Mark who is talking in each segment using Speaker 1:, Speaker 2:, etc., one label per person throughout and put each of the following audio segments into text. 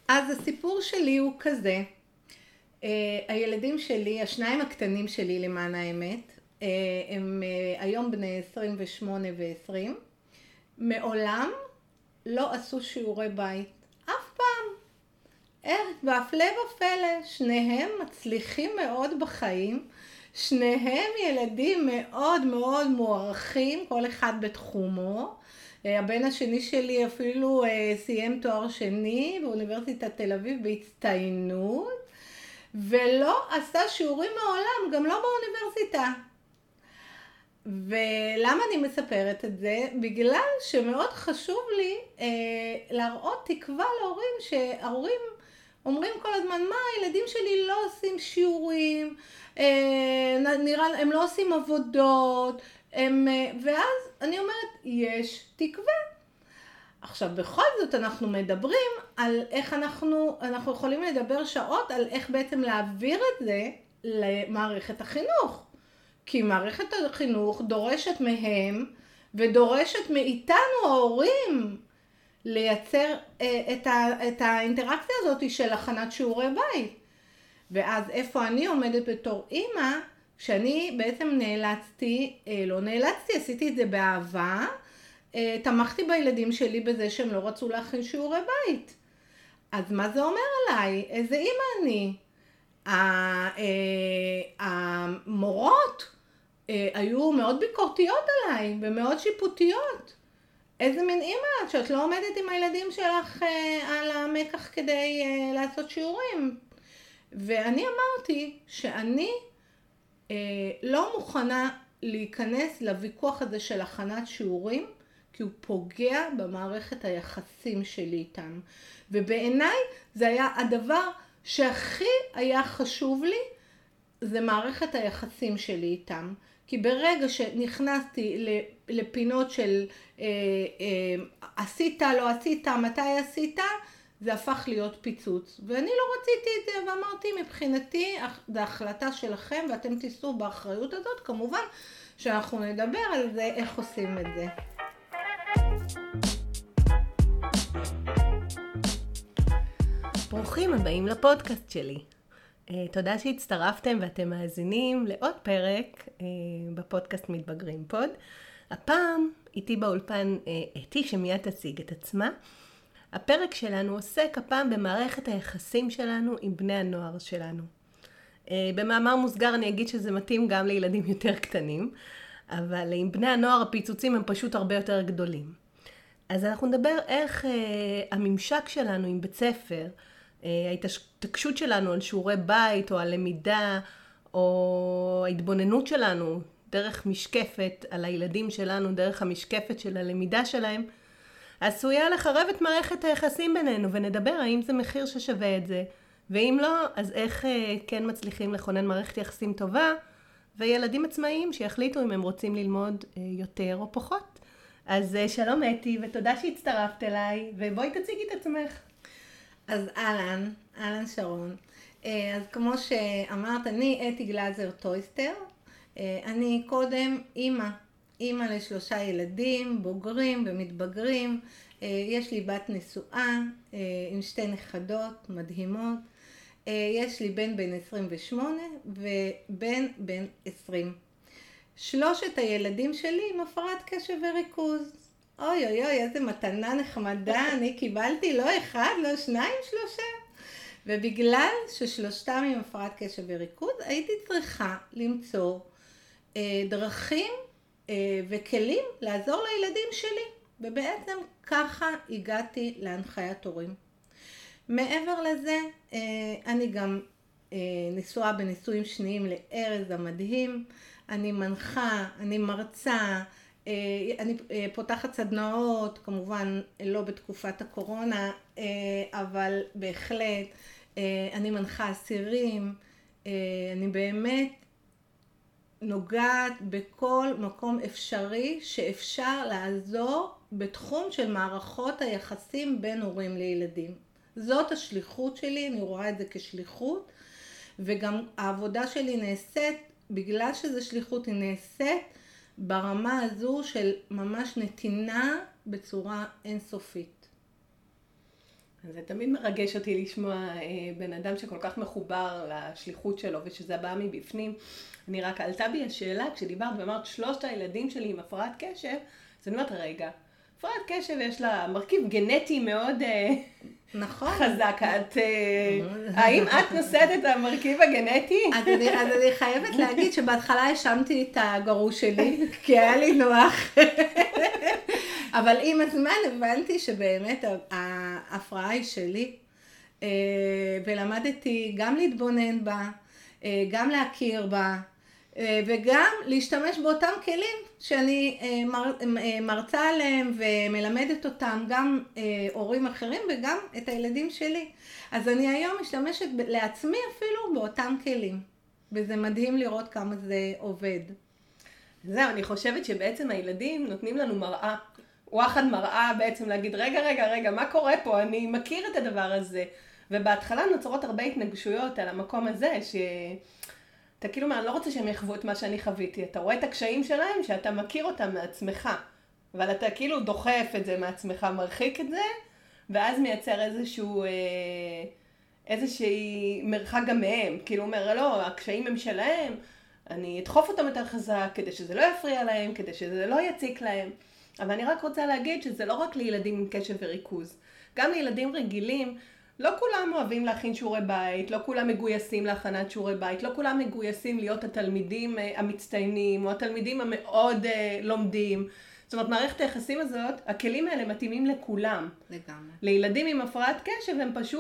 Speaker 1: אז הסיפור שלי הוא כזה, הילדים שלי, השניים הקטנים שלי למען האמת, הם היום בני 28 ו-20, מעולם לא עשו שיעורי בית, אף פעם. והפלא ופלא, שניהם מצליחים מאוד בחיים, שניהם ילדים מאוד מאוד מוערכים, כל אחד בתחומו. הבן השני שלי אפילו סיים תואר שני באוניברסיטת תל אביב בהצטיינות, ולא עשה שיעורים מעולם, גם לא באוניברסיטה. ולמה אני מספרת את זה? בגלל שמאוד חשוב לי להראות תקווה להורים, שההורים אומרים כל הזמן, מה, הילדים שלי לא עושים שיעורים, הם לא עושים עבודות, ואז אני אומרת, יש תקווה. עכשיו, בכל זאת אנחנו מדברים על איך אנחנו יכולים לדבר שעות על איך בעצם להעביר את זה למערכת החינוך. כי מערכת החינוך דורשת מהם ודורשת מאיתנו ההורים לייצר את האינטראקציה הזאת של הכנת שיעורי בית. ואז איפה אני עומדת בתור אימא, כשאני בעצם עשיתי את זה באהבה, תמכתי בילדים שלי בזה שהם לא רצו להכין שיעורי בית. אז מה זה אומר עליי? איזה אימא אני? המורות היו מאוד ביקורתיות עליי ומאוד שיפוטיות. איזה מין אימא שאת לא עומדת עם הילדים שלך על המקח כדי לעשות שיעורים. ואני אמרתי שאני לא מוכנה להיכנס לוויכוח הזה של הכנת שיעורים, כי הוא פוגע במערכת היחסים שלי איתם. ובעיניי זה היה הדבר שהכי היה חשוב לי, זה מערכת היחסים שלי איתם. כי ברגע שנכנסתי לפינות של עשית, לא עשית, מתי עשית, זה הפך להיות פיצוץ. ואני לא רציתי את זה, ואמרתי, מבחינתי, זו החלטה שלכם, ואתם תישאו באחריות הזאת. כמובן שאנחנו נדבר על זה, איך עושים את זה.
Speaker 2: ברוכים הבאים לפודקאסט שלי. תודה שהצטרפתם ואתם מאזינים לעוד פרק בפודקאסט מתבגרים פוד. הפעם איתי באולפן אתי שמיד תציג את עצמה. הפרק שלנו עוסק הפעם במערכת היחסים שלנו עם בני הנוער שלנו. במאמר מוסגר אני אגיד שזה מתאים גם לילדים יותר קטנים, אבל עם בני הנוער הפיצוצים הם פשוט הרבה יותר גדולים. אז אנחנו נדבר איך הממשק שלנו עם בית ספר, ההתעקשות שלנו על שיעורי בית או על למידה, או ההתבוננות שלנו דרך משקפת על הילדים שלנו, דרך המשקפת של הלמידה שלהם, עשויה לחרב את מערכת היחסים בינינו, ונדבר האם זה מחיר ששווה את זה, ואם לא, אז איך כן מצליחים לכונן מערכת יחסים טובה, וילדים עצמאיים שיחליטו אם הם רוצים ללמוד יותר או פחות. אז שלום אתי, ותודה שהצטרפת אליי, ובואי תציגי את עצמך.
Speaker 1: אז אהלן שרון. אז כמו שאמרת, אני אתי גלזר טויסטר. אני קודם אימא ל3 ילדים, בוגרים ומתבגרים. יש לי בת נשואה עם 2 נכדות מדהימות. יש לי בן 28 ובן 20. 3 הילדים שלי עם הפרעת קשב וריכוז. אוי אוי אוי, איזה מתנה נחמדה, אני קיבלתי לא 1, לא 2, 3. ובגלל ששלושתם עם הפרעת קשב וריכוז, הייתי צריכה למצוא דרכים וכלים לעזור לילדים שלי. ובעצם ככה הגעתי להנחיית הורים. מעבר לזה, אני גם נשואה בנישואים שניים לארז המדהים. אני מנחה, אני מרצה, אני פותחת סדנאות, כמובן לא בתקופת הקורונה, אבל בהחלט אני מנחה אסירים, אני באמת נוגעת בכל מקום אפשרי שאפשר לעזור בתחום של מערכות היחסים בין הורים לילדים. זאת השליחות שלי, אני רואה את זה כשליחות, וגם העבודה שלי נעשית, בגלל שזה שליחות היא נעשית ברמה הזו של ממש נתינה בצורה אינסופית.
Speaker 2: זה תמיד מרגש אותי לשמוע בן אדם שכל כך מחובר לשליחות שלו ושזה בא מבפנים. אני רק עלתה בי השאלה כשדיברת ואמרת 3 הילדים שלי עם הפרעת קשב, אז אני אומרת רגע, הפרעת קשב יש לה מרכיב גנטי מאוד
Speaker 1: נכון.
Speaker 2: חזק. האם את נושאת את המרכיב הגנטי?
Speaker 1: אז אני חייבת להגיד שבהתחלה האשמתי את הגרוש שלי, כי היה לי נוח. אבל עם הזמן הבנתי שבאמת ההפרעה היא שלי, ולמדתי גם להתבונן בה, גם להכיר בה, וגם להשתמש באותם כלים שאני מרצה עליהם ומלמדת אותם, גם הורים אחרים וגם את הילדים שלי. אז אני היום משתמשת לעצמי אפילו באותם כלים, וזה מדהים לראות כמה זה עובד.
Speaker 2: זהו, אני חושבת שבעצם הילדים נותנים לנו מראה. וואחד מראה בעצם להגיד, רגע, מה קורה פה? אני מכיר את הדבר הזה. ובהתחלה נוצרות הרבה התנגשויות על המקום הזה, אתה כאילו מה, אני לא רוצה שהם יחוו את מה שאני חוויתי. אתה רואה את הקשיים שלהם, שאתה מכיר אותם מעצמך. אבל אתה כאילו דוחף את זה מעצמך, מרחיק את זה, ואז מייצר איזושהי מרחק גם מהם. כאילו אומר, לא, הקשיים הם שלהם, אני אדחוף אותם יותר חזק, כדי שזה לא יפריע להם, כדי שזה לא יציק להם. אבל אני רק רוצה להגיד שזה לא רק לילדים עם קשב וריכוז. גם לילדים רגילים, לא כולם אוהבים להכין שיעורי בית, לא כולם מגויסים להכנת שיעורי בית, לא כולם מגויסים להיות התלמידים המצטיינים, או התלמידים המאוד לומדים. זאת אומרת, מערכת היחסים הזאת, הכלים האלה מתאימים לכולם.
Speaker 1: לגמרי.
Speaker 2: לילדים עם הפרעת קשב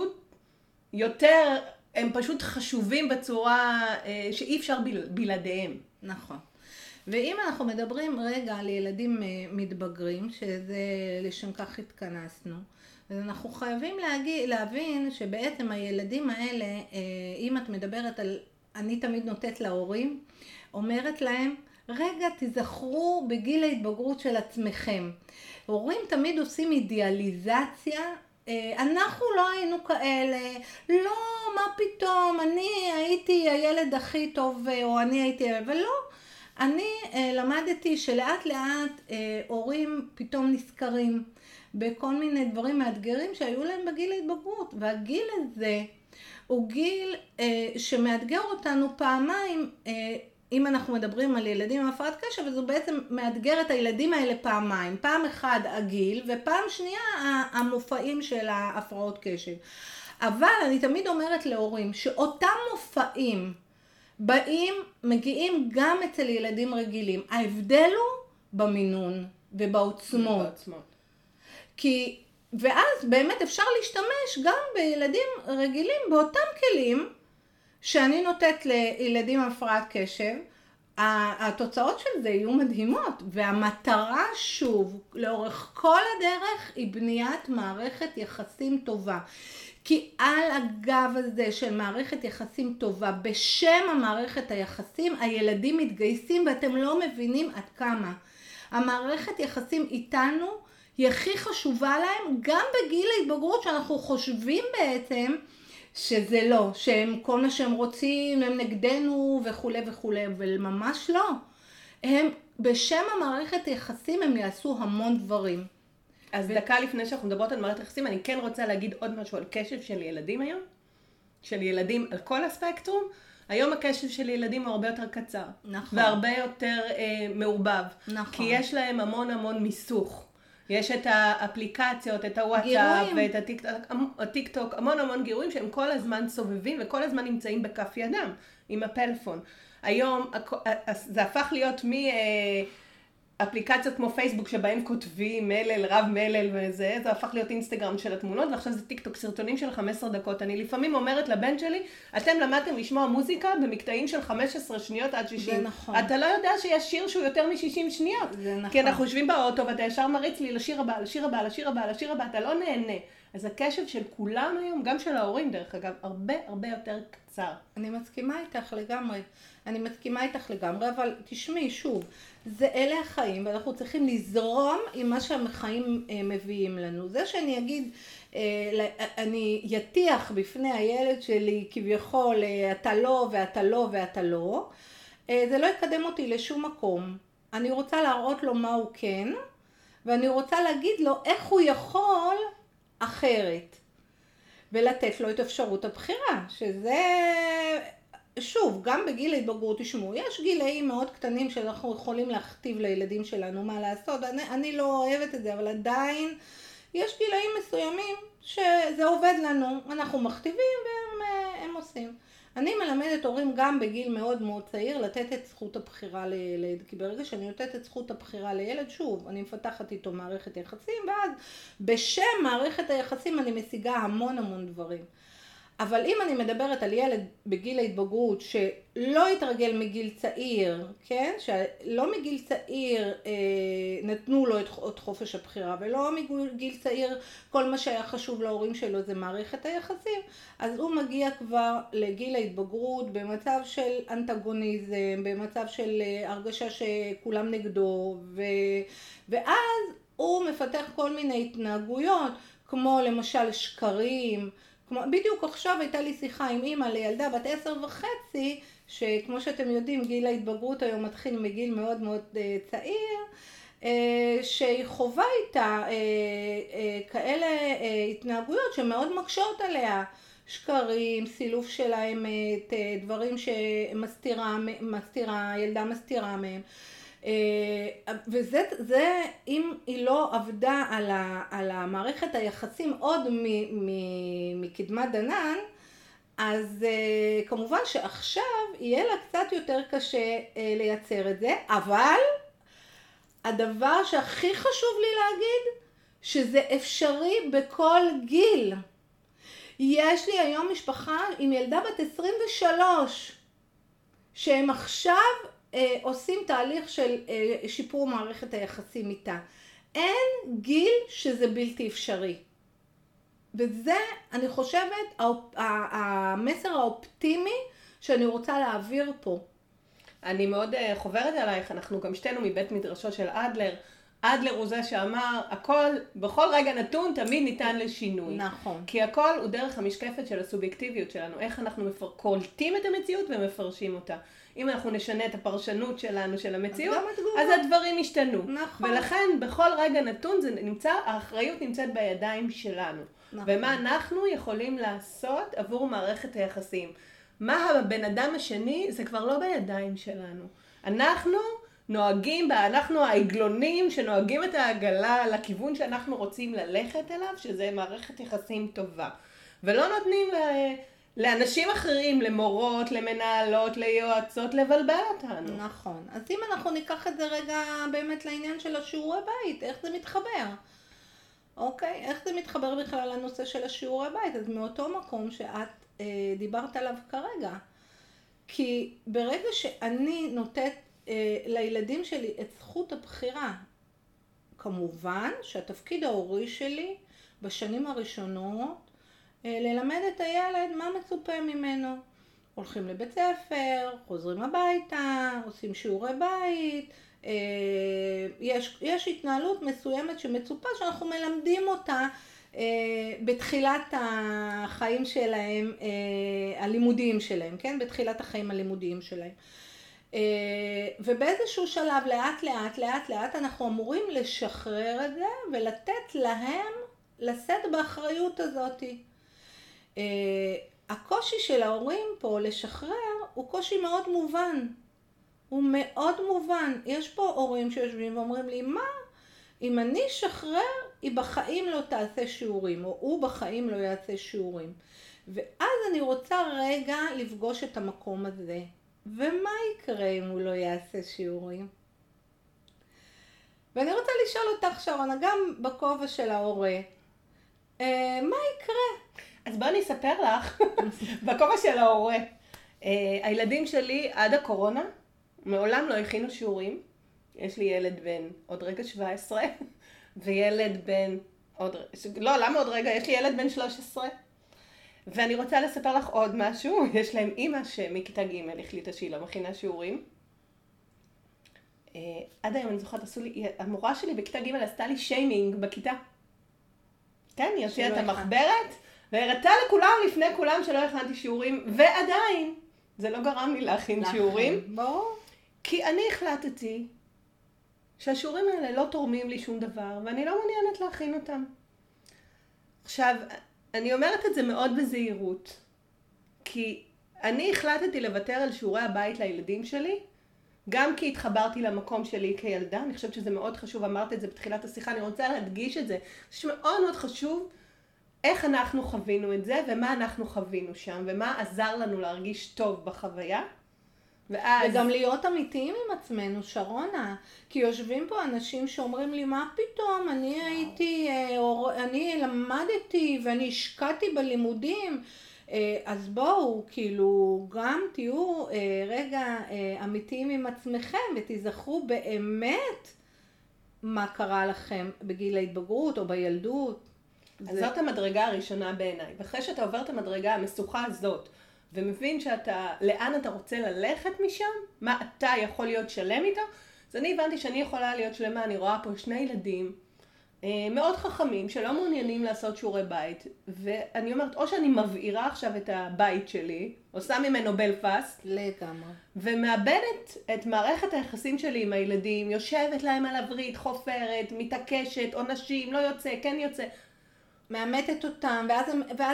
Speaker 2: הם פשוט חשובים בצורה שאי אפשר בלעדיהם.
Speaker 1: נכון. ואם אנחנו מדברים רגע על ילדים מתבגרים, שזה לשם כך התכנסנו, אז אנחנו חייבים להבין שבעצם הילדים האלה, אם את מדברת על, אני תמיד נותנת להורים, אומרת להם, רגע תזכרו בגיל ההתבגרות של עצמכם. הורים תמיד עושים אידיאליזציה, אנחנו לא היינו כאלה, לא, מה פתאום, אני הייתי הילד הכי טוב, או אני הייתי, אבל לא. אני למדתי שלאט לאט הורים פתאום נזכרים בכל מיני דברים מאתגרים שהיו להם בגיל ההתבגרות, והגיל הזה הוא גיל שמאתגר אותנו פעמיים. אם אנחנו מדברים על ילדים עם הפרעת קשב, אז הוא בעצם מאתגר את הילדים האלה פעמיים. פעם אחד הגיל, ופעם שנייה המופעים של ההפרעות קשב. אבל אני תמיד אומרת להורים שאותם מופעים מגיעים גם אצל ילדים רגילים. ההבדל הוא במינון ובעוצמות. ואז באמת אפשר להשתמש גם בילדים רגילים באותם כלים שאני נותנת לילדים עם הפרעת קשב. התוצאות של זה יהיו מדהימות, והמטרה שוב לאורך כל הדרך היא בניית מערכת יחסים טובה. כי על הגב הזה של מערכת יחסים טובה, בשם המערכת היחסים, הילדים מתגייסים ואתם לא מבינים עד כמה. המערכת יחסים איתנו היא הכי חשובה להם, גם בגיל ההתבגרות שאנחנו חושבים בעצם שזה לא, שהם כל מה שהם רוצים, הם נגדנו וכו' וכו', אבל ממש לא. הם בשם המערכת היחסים הם יעשו המון דברים.
Speaker 2: אז דקה לפני שאנחנו מדברות על מערכת יחסים, אני כן רוצה להגיד עוד משהו על קשב של ילדים היום. של ילדים על כל הספקטרום. היום הקשב של ילדים הוא הרבה יותר קצר.
Speaker 1: נכון.
Speaker 2: והרבה יותר מעורבב.
Speaker 1: נכון.
Speaker 2: כי יש להם המון מיסוך. יש את האפליקציות, את הוואטסאפ ואת הטיק-טוק, המון גירויים שהם כל הזמן סובבים וכל הזמן נמצאים בכף ידם עם הפלאפון. היום זה הפך להיות אפליקציות כמו פייסבוק שבהם כותבים מלל, רב מלל וזה, זה הפך להיות אינסטגרם של התמונות, ועכשיו זה טיק טוק, סרטונים של 15 דקות. אני לפעמים אומרת לבן שלי, אתם למדתם לשמוע מוזיקה במקטעים של 15 שניות עד 60.
Speaker 1: זה נכון.
Speaker 2: אתה לא יודע שיש שיר שהוא יותר מ-60 שניות.
Speaker 1: זה נכון.
Speaker 2: כי אנחנו יושבים באוטו ואתה ישר מריץ לי לשיר הבא, לשיר הבא, לשיר הבא, לשיר הבא, אתה לא נהנה. אז הקשב של כולם היום, גם של ההורים דרך אגב, הרבה יותר קצר.
Speaker 1: אני מסכימה איתך לגמרי, אבל תשמעי שוב, אלה החיים, ואנחנו צריכים לזרום עם מה שהחיים מביאים לנו. זה שאני אגיד, אני יתיח בפני הילד שלי כביכול, אתה לא ואתה לא ואתה לא, זה לא יקדם אותי לשום מקום. אני רוצה להראות לו מה הוא כן, ואני רוצה להגיד לו איך הוא יכול אחרת. ולתת לו את אפשרות הבחירה, שזה, שוב, גם בגיל ההתבגרות, תשמעו, יש גילאים מאוד קטנים שאנחנו יכולים להכתיב לילדים שלנו מה לעשות, אני לא אוהבת את זה, אבל עדיין יש גילאים מסוימים שזה עובד לנו, אנחנו מכתיבים והם עושים. אני מלמדת הורים גם בגיל מאוד מאוד צעיר לתת את זכות הבחירה לילד, כי ברגע שאני נותנת את זכות הבחירה לילד, שוב, אני מפתחת איתו מערכת יחסים, ואז בשם מערכת היחסים אני משיגה המון דברים. אבל אם אני מדברת על ילד בגיל ההתבגרות שלא התרגל מגיל צעיר, כן? שלא מגיל צעיר נתנו לו את חופש הבחירה, ולא מגיל צעיר כל מה שהיה חשוב להורים שלו זה מערכת היחסים, אז הוא מגיע כבר לגיל ההתבגרות במצב של אנטגוניזם, במצב של הרגשה שכולם נגדו, ואז הוא מפתח כל מיני התנהגויות, כמו למשל שקרים, בדיוק עכשיו הייתה לי שיחה עם אמא לילדה בת 10.5, שכמו שאתם יודעים גיל ההתבגרות היום מתחיל מגיל מאוד מאוד צעיר, שהיא חובה איתה כאלה התנהגויות שמאוד מקשות עליה, שקרים, סילוף של האמת, דברים שמסתירה, ילדה מסתירה מהם. וזה אם היא לא עבדה על המערכת היחסים עוד מקדמת דנן, אז כמובן שעכשיו יהיה לה קצת יותר קשה לייצר את זה, אבל הדבר שהכי חשוב לי להגיד, שזה אפשרי בכל גיל. יש לי היום משפחה עם ילדה בת 23, שהם עכשיו עושים תהליך של שיפור מערכת היחסים איתה. אין גיל שזה בלתי אפשרי. וזה, אני חושבת, המסר האופטימי שאני רוצה להעביר פה.
Speaker 2: אני מאוד חוברת עלייך, אנחנו גם שתינו מבית מדרשו של אדלר. אדלר הוא זה שאמר, הכל, בכל רגע נתון תמיד ניתן לשינוי.
Speaker 1: נכון.
Speaker 2: כי הכל הוא דרך המשקפת של הסובייקטיביות שלנו, איך אנחנו קולטים את המציאות ומפרשים אותה. אם אנחנו נשנה את הפרשנות שלנו של המציאות, אז הדברים ישתנו.
Speaker 1: נכון.
Speaker 2: ולכן בכל רגע נתון זה נמצא, האחריות נמצאת בידיים שלנו. נכון. ומה אנחנו יכולים לעשות עבור מערכת היחסים. מה הבן אדם השני זה כבר לא בידיים שלנו. אנחנו נוהגים, אנחנו העגלונים שנוהגים את העגלה לכיוון שאנחנו רוצים ללכת אליו, שזה מערכת יחסים טובה. ולא נותנים לאנשים אחרים, למורות, למנהלות, ליועצות, לבלבל אותנו.
Speaker 1: נכון. אז אם אנחנו ניקח את זה רגע באמת לעניין של השיעורי בית, איך זה מתחבר? אוקיי? איך זה מתחבר בכלל לנושא של השיעורי בית? אז מאותו מקום שאת דיברת עליו כרגע. כי ברגע שאני נותנת לילדים שלי את זכות הבחירה, כמובן שהתפקיד ההורי שלי בשנים הראשונות ללמד את הילד מה מצופה ממנו. הולכים לבית ספר, חוזרים הביתה, עושים שיעורי בית, יש התנהלות מסוימת שמצופה שאנחנו מלמדים אותה בתחילת החיים שלהם, הלימודיים שלהם, כן? בתחילת החיים הלימודיים שלהם. ובאיזשהו שלב לאט לאט אנחנו אמורים לשחרר את זה ולתת להם לשאת באחריות הזאת. הקושי של ההורים פה לשחרר הוא קושי מאוד מובן. הוא מאוד מובן. יש פה הורים שיושבים ואומרים לי, מה? אם אני שחרר, היא בחיים לא תעשה שיעורים, או הוא בחיים לא יעשה שיעורים. ואז אני רוצה רגע לפגוש את המקום הזה. ומה יקרה אם הוא לא יעשה שיעורים? ואני רוצה לשאול אותך, שרונה, גם בכובע של ההורה, מה יקרה?
Speaker 2: אז בואי אני אספר לך, בכובע של ההורה. הילדים שלי עד הקורונה מעולם לא הכינו שיעורים. יש לי ילד בן עוד רגע 17, וילד בן לא, למה עוד רגע? יש לי ילד בן 13. ואני רוצה לספר לך עוד משהו. יש להם אימא שמכיתה ג' החליטה שהיא לא מכינה שיעורים. עד היום אני זוכרת, המורה שלי בכיתה ג' עשתה לי שיימינג בכיתה. כן, היא הוציאה את המחברת, והראתה לכולם לפני כולם שלא הכנתי שיעורים, ועדיין זה לא גרם לי להכין שיעורים.
Speaker 1: ברור.
Speaker 2: כי אני החלטתי שהשיעורים האלה לא תורמים לי שום דבר, ואני לא מעוניינת להכין אותם. עכשיו, אני אומרת את זה מאוד בזהירות, כי אני החלטתי לוותר על שיעורי הבית לילדים שלי, גם כי התחברתי למקום שלי כילדה, אני חושבת שזה מאוד חשוב, אמרת את זה בתחילת השיחה, אני רוצה להדגיש את זה, שמאוד מאוד חשוב איך אנחנו חווינו את זה, ומה אנחנו חווינו שם, ומה עזר לנו להרגיש טוב בחוויה.
Speaker 1: וגם להיות אמיתיים עם עצמנו, שרונה, כי יושבים פה אנשים שאומרים לי, מה פתאום, אני למדתי ואני השקעתי בלימודים, אז בואו, כאילו, גם תהיו רגע אמיתיים עם עצמכם, ותזכרו באמת מה קרה לכם בגיל ההתבגרות או בילדות.
Speaker 2: אז זאת המדרגה הראשונה בעיניי, ואחרי שאתה עובר את המדרגה המסוכה הזאת, ומבין לאן אתה רוצה ללכת משם, מה אתה יכול להיות שלם איתו, אז אני הבנתי שאני יכולה להיות שלמה, אני רואה פה שני ילדים מאוד חכמים, שלא מעוניינים לעשות שיעורי בית, ואני אומרת, או שאני מבעירה עכשיו את הבית שלי, עושה ממנו בלפאסט,
Speaker 1: לגמרי.
Speaker 2: ומאבדת את מערכת היחסים שלי עם הילדים, יושבת להם על הברית, חופרת, מתעקשת, עונשים, לא יוצא, כן יוצא,
Speaker 1: מאמתת אותם, ואז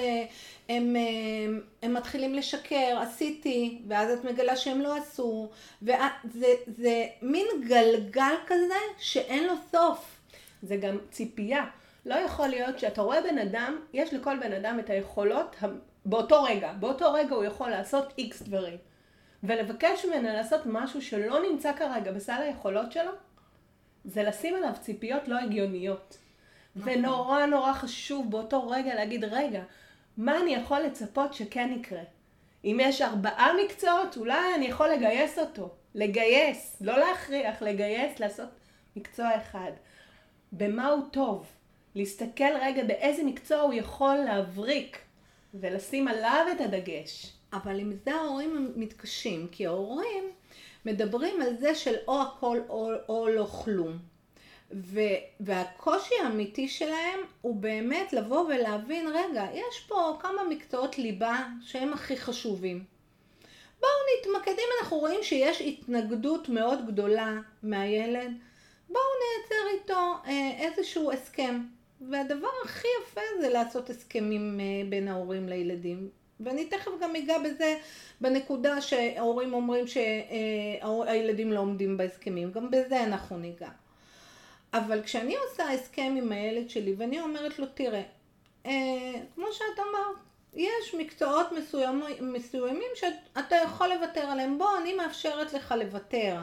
Speaker 1: הם מתחילים לשקר, עשיתי, ואז את מגלה שהם לא עשו, וזה מין גלגל כזה שאין לו סוף.
Speaker 2: זה גם ציפייה. לא יכול להיות שאתה רואה בן אדם, יש לכל בן אדם את היכולות באותו רגע הוא יכול לעשות איקס דברים. ולבקש ממנו לעשות משהו שלא נמצא כרגע בסל היכולות שלו, זה לשים עליו ציפיות לא הגיוניות. ונורא נורא חשוב באותו רגע להגיד, רגע, מה אני יכול לצפות שכן יקרה? אם יש 4 מקצועות, אולי אני יכול לגייס אותו. לגייס, לא להכריח, לגייס, לעשות מקצוע אחד. במה הוא טוב? להסתכל רגע באיזה מקצוע הוא יכול להבריק, ולשים עליו את הדגש.
Speaker 1: אבל עם זה ההורים מתקשים, כי ההורים מדברים על זה של או הכל או לא כלום. והקושי האמיתי שלהם הוא באמת לבוא ולהבין, רגע, יש פה כמה מקצועות ליבה שהם הכי חשובים. בואו נתמקד, אם אנחנו רואים שיש התנגדות מאוד גדולה מהילד, בואו נייצר איתו איזשהו הסכם. והדבר הכי יפה זה לעשות הסכמים בין ההורים לילדים. ואני תכף גם אגע בזה בנקודה שההורים אומרים שהילדים לא עומדים בהסכמים. גם בזה אנחנו ניגע. אבל כשאני עושה הסכם עם הילד שלי ואני אומרת לו, תראה, כמו שאת אמרת, יש מקצועות מסוימים שאתה יכול לוותר עליהם, בוא, אני מאפשרת לך לוותר.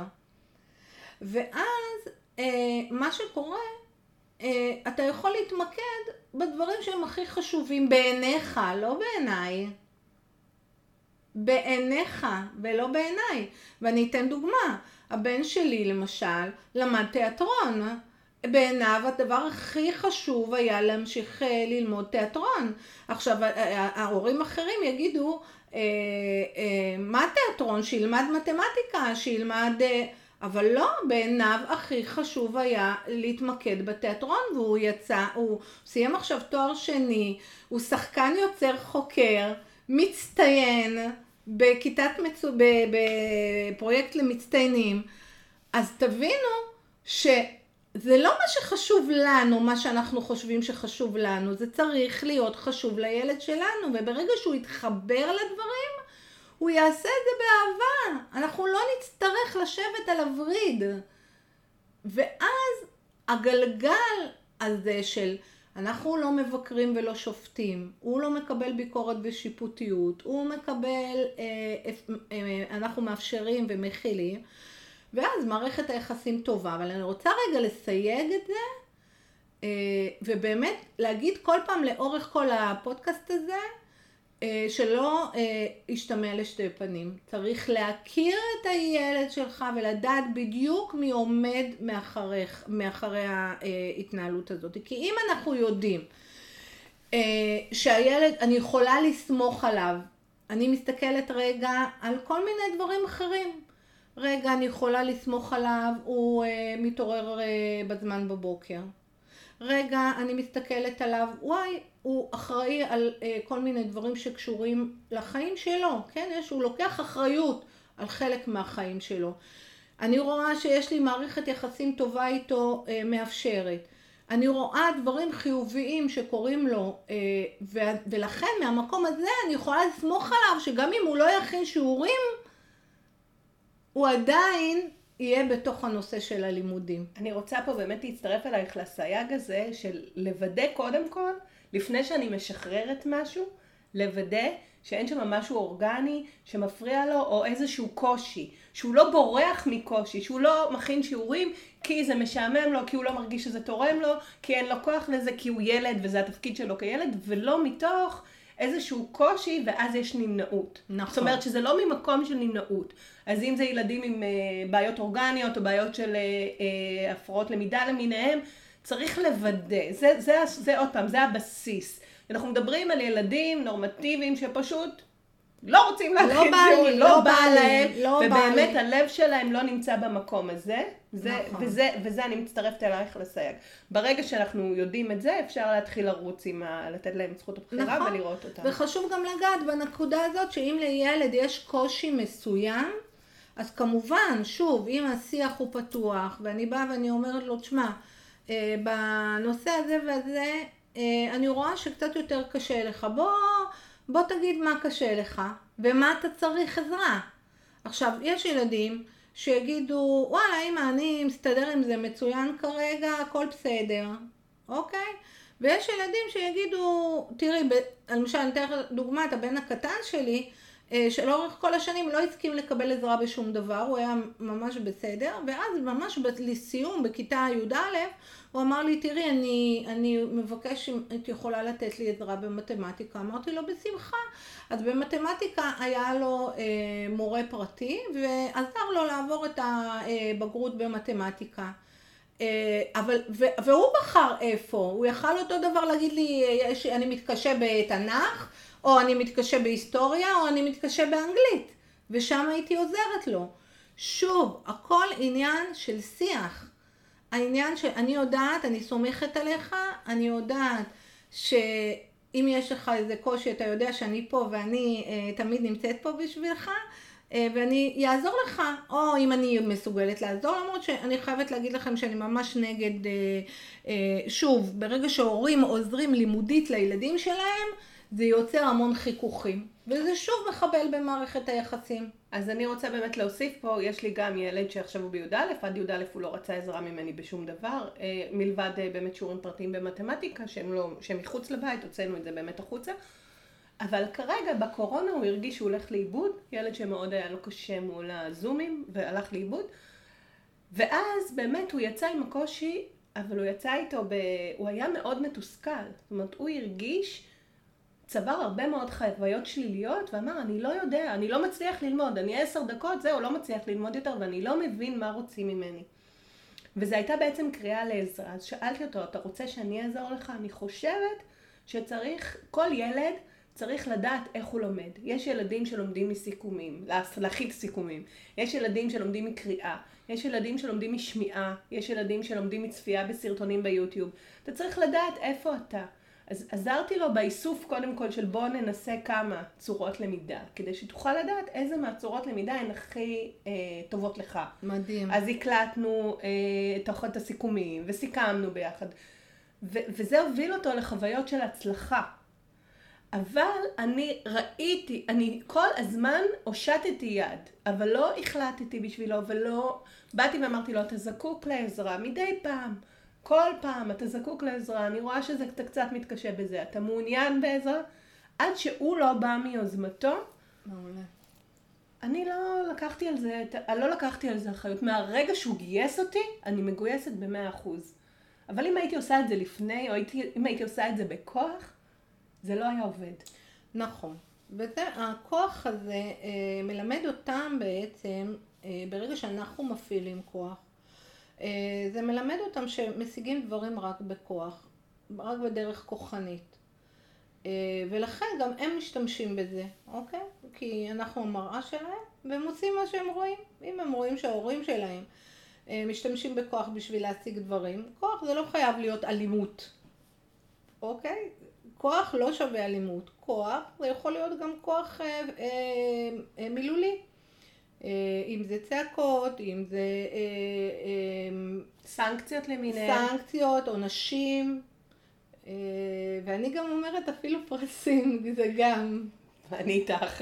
Speaker 1: ואז מה שקורה, אתה יכול להתמקד בדברים שהם הכי חשובים בעיניך, לא בעיניי. בעיניך ולא בעיניי. ואני אתן דוגמה. הבן שלי למשל למד תיאטרון. בעיניו הדבר הכי חשוב היה להמשיך ללמוד תיאטרון. עכשיו ההורים אחרים יגידו, מה תיאטרון? שילמד מתמטיקה, שילמד... אבל לא, בעיניו הכי חשוב היה להתמקד בתיאטרון, והוא יצא, הוא סיים עכשיו תואר שני, הוא שחקן יוצר חוקר, מצטיין, בפרויקט למצטיינים. אז תבינו שזה לא מה שחשוב לנו, מה שאנחנו חושבים שחשוב לנו, זה צריך להיות חשוב לילד שלנו, וברגע שהוא יתחבר לדברים, הוא יעשה את זה באהבה. אנחנו לא נצטרך לשבת על הוריד. ואז הגלגל הזה של אנחנו לא מבקרים ולא שופטים, הוא לא מקבל ביקורת ושיפוטיות, הוא מקבל, אנחנו מאפשרים ומכילים, ואז מערכת היחסים טובה. אבל אני רוצה רגע לסייג את זה, ובאמת להגיד כל פעם לאורך כל הפודקאסט הזה, שלא ישתמע לשתי פנים. צריך להכיר את הילד שלך ולדעת בדיוק מי עומד מאחורי ההתנהלות הזאת. כי אם אנחנו יודעים שהילד, אני יכולה לסמוך עליו, אני מסתכלת רגע על כל מיני דברים אחרים. רגע, אני יכולה לסמוך עליו, הוא מתעורר בזמן בבוקר. רגע, אני מסתכלת עליו, וואי, הוא אחראי על כל מיני דברים שקשורים לחיים שלו, כן? הוא לוקח אחריות על חלק מהחיים שלו. אני רואה שיש לי מערכת יחסים טובה איתו מאפשרת. אני רואה דברים חיוביים שקורים לו, ולכן מהמקום הזה אני יכולה לסמוך עליו שגם אם הוא לא יכין שיעורים, הוא עדיין יהיה בתוך הנושא של הלימודים.
Speaker 2: אני רוצה פה באמת להצטרף אלייך לסייג הזה של לוודא קודם כל, לפני שאני משחררת משהו, לוודא שאין שם משהו אורגני שמפריע לו או איזשהו קושי, שהוא לא בורח מקושי, שהוא לא מכין שיעורים כי זה משעמם לו, כי הוא לא מרגיש שזה תורם לו, כי אין לו כוח לזה, כי הוא ילד וזה התפקיד שלו כילד, ולא מתוך איזשהו קושי ואז יש נמנעות.
Speaker 1: נכון.
Speaker 2: זאת אומרת שזה לא ממקום של נמנעות. אז אם זה ילדים עם בעיות אורגניות או בעיות של הפרעות למידה למיניהם, צריך לוודא. זה עוד פעם, זה הבסיס. אנחנו מדברים על ילדים נורמטיביים שפשוט לא רוצים להכין שיעורים, לא בא להם, ובאמת הלב שלהם לא נמצא במקום הזה, וזה אני מצטרפת אלייך לסייג. ברגע שאנחנו יודעים את זה, אפשר להתחיל לרוץ לתת להם זכות הבחירה ולראות אותם.
Speaker 1: וחשוב גם לגעת בנקודה הזאת, שאם לילד יש קושי מסוים, אז כמובן, שוב, אם השיח הוא פתוח, ואני באה ואני אומרת לו, תשמע, בנושא הזה והזה, אני רואה שקצת יותר קשה לך, בוא תגיד מה קשה לך, ומה אתה צריך עזרה. עכשיו, יש ילדים שיגידו, וואלה, אמא, אני מסתדר עם זה מצוין כרגע, הכל בסדר, אוקיי? ויש ילדים שיגידו, תראי, למשל, אני אתן לך דוגמה, את הבן הקטן שלי, שלאורך כל השנים לא הסכים לקבל עזרה בשום דבר, הוא היה ממש בסדר, ואז ממש לסיום, בכיתה י"א, הוא אמר לי, תראי, אני מבקש אם את יכולה לתת לי עזרה במתמטיקה. אמרתי לו, בשמחה. אז במתמטיקה היה לו מורה פרטי, ועזר לו לעבור את הבגרות במתמטיקה. והוא בחר איפה, הוא יכל אותו דבר להגיד לי, אני מתקשה בתנ"ך, או אני מתקשה בהיסטוריה, או אני מתקשה באנגלית, ושם הייתי עוזרת לו. שוב, הכל עניין של שיח. העניין שאני יודעת, אני סומכת עליך, אני יודעת שאם יש לך איזה קושי, אתה יודע שאני פה ואני תמיד נמצאת פה בשבילך, ואני אעזור לך, או אם אני מסוגלת לעזור, למרות שאני חייבת להגיד לכם שאני ממש נגד, שוב, ברגע שהורים עוזרים לימודית לילדים שלהם, זה יוצר המון חיכוכים, וזה שוב מחבל במערכת היחסים.
Speaker 2: אז אני רוצה באמת להוסיף פה, יש לי גם ילד שעכשיו הוא בי"א, עד י"א הוא לא רצה עזרה ממני בשום דבר, מלבד באמת שיעורים פרטיים במתמטיקה, שהם מחוץ לבית, הוצאנו את זה באמת החוצה. אבל כרגע בקורונה הוא הרגיש שהוא הולך לאיבוד, ילד שמאוד היה לו קשה מול הזומים, והלך לאיבוד. ואז באמת הוא יצא עם הקושי, אבל הוא יצא איתו, הוא היה מאוד מתוסכל. זאת אומרת, הוא הרגיש, צבר הרבה מאוד חוויות שליליות, ואמר, אני לא יודע, אני לא מצליח ללמוד, אני 10 דקות, זהו, לא מצליח ללמוד יותר, ואני לא מבין מה רוצים ממני. וזו הייתה בעצם קריאה לעזרה. אז שאלתי אותו, אתה רוצה שאני אעזור לך? אני חושבת שצריך, כל ילד צריך לדעת איך הוא לומד. יש ילדים שלומדים מסיכומים, להכיל סיכומים. יש ילדים שלומדים מקריאה. יש ילדים שלומדים משמיעה. יש ילדים שלומדים מצפייה בסרטונים ביוטיוב. אתה צריך לדעת איפה אתה. אז עזרתי לו באיסוף קודם כל של בוא ננסה כמה צורות למידה, כדי שתוכל לדעת איזה מהצורות למידה הן הכי טובות לך.
Speaker 1: מדהים.
Speaker 2: אז הקלטנו תוך את הסיכומים וסיכמנו ביחד. וזה הוביל אותו לחוויות של הצלחה. אבל אני ראיתי, אני כל הזמן הושטתי יד, אבל לא החלטתי בשבילו ולא, באתי ואמרתי לו, אתה זקוק לעזרה מדי פעם. כל פעם אתה זקוק לעזרה, אני רואה שזה קצת מתקשה בזה, אתה מעוניין בעזרה, עד שהוא לא בא מיוזמתו.
Speaker 1: מעולה.
Speaker 2: אני לא לקחתי על זה אחריות. מהרגע שהוא גייס אותי, אני מגויסת ב100%. אבל אם הייתי עושה את זה לפני, או אם הייתי עושה את זה בכוח, זה לא היה עובד.
Speaker 1: נכון. הכוח הזה מלמד אותם בעצם, ברגע שאנחנו מפעילים כוח, זה מלמד אותם שמשיגים דברים רק בכוח, רק בדרך כוחנית. ולכן גם הם משתמשים בזה, אוקיי? כי אנחנו המראה שלהם, והם עושים מה שהם רואים. אם הם רואים שההורים שלהם משתמשים בכוח בשביל להשיג דברים, כוח זה לא חייב להיות אלימות, אוקיי? כוח לא שווה אלימות. כוח זה יכול להיות גם כוח מילולי. אם זה צעקות, אם זה
Speaker 2: סנקציות למיניהם.
Speaker 1: סנקציות, עונשים, ואני גם אומרת אפילו פרסים, זה גם.
Speaker 2: אני איתך.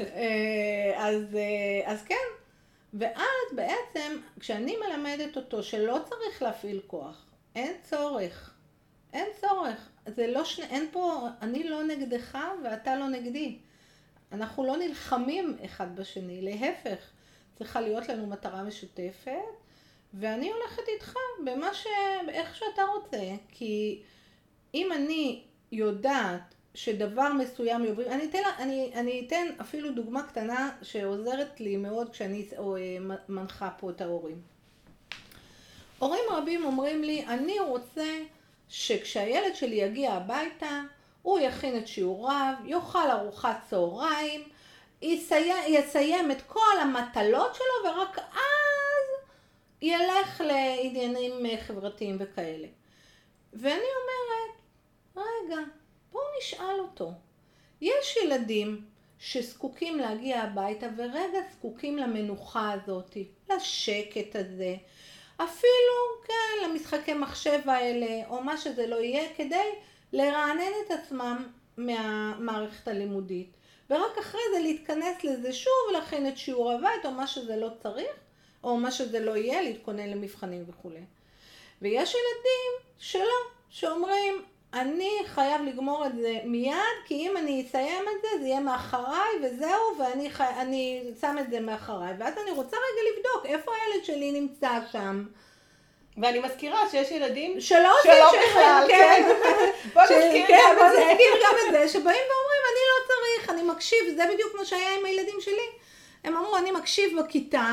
Speaker 1: אז כן, ואז בעצם כשאני מלמדת אותו שלא צריך להפעיל כוח, אין צורך, זה לא אין פה, אני לא נגדך ואתה לא נגדי. אנחנו לא נלחמים אחד בשני, להפך, צריכה להיות לנו מטרה משותפת, ואני הולכת איתך באיך שאתה רוצה, כי אם אני יודעת שדבר מסוים יוביל, אני אתן אפילו דוגמה קטנה שעוזרת לי מאוד כשאני מנחה פה את ההורים. הורים רבים אומרים לי, אני רוצה שכשהילד שלי יגיע הביתה, הוא יכין את שיעוריו, יאכל ארוחת צהריים, יסיים את כל המטלות שלו ורק אז ילך לעניינים חברתיים וכאלה. ואני אומרת, רגע, בואו נשאל אותו. יש ילדים שזקוקים להגיע הביתה ורגע זקוקים למנוחה הזאת, לשקט הזה, אפילו כן, למשחקי מחשב האלה או מה שזה לא יהיה, כדי לרענן את עצמם מהמערכת הלימודית. ורק אחרי זה להתכנס לזה שוב, להכין את שיעור הבית או מה שזה לא צריך, או מה שזה לא יהיה, להתכונן למבחנים וכו'. ויש ילדים שלא, שאומרים, אני חייב לגמור את זה מיד, כי אם אני אסיים את זה, זה יהיה מאחריי וזהו, ואני שם את זה מאחריי. ואז אני רוצה רגע לבדוק איפה הילד שלי נמצא שם.
Speaker 2: ואני מזכירה שיש ילדים
Speaker 1: שלא
Speaker 2: בכלל, כן. בוא נזכיר
Speaker 1: גם את זה, שבאים ואומרים, אני לא צריך, אני מקשיב, זה בדיוק מה שהיה עם הילדים שלי. הם אמרו, אני מקשיב בכיתה,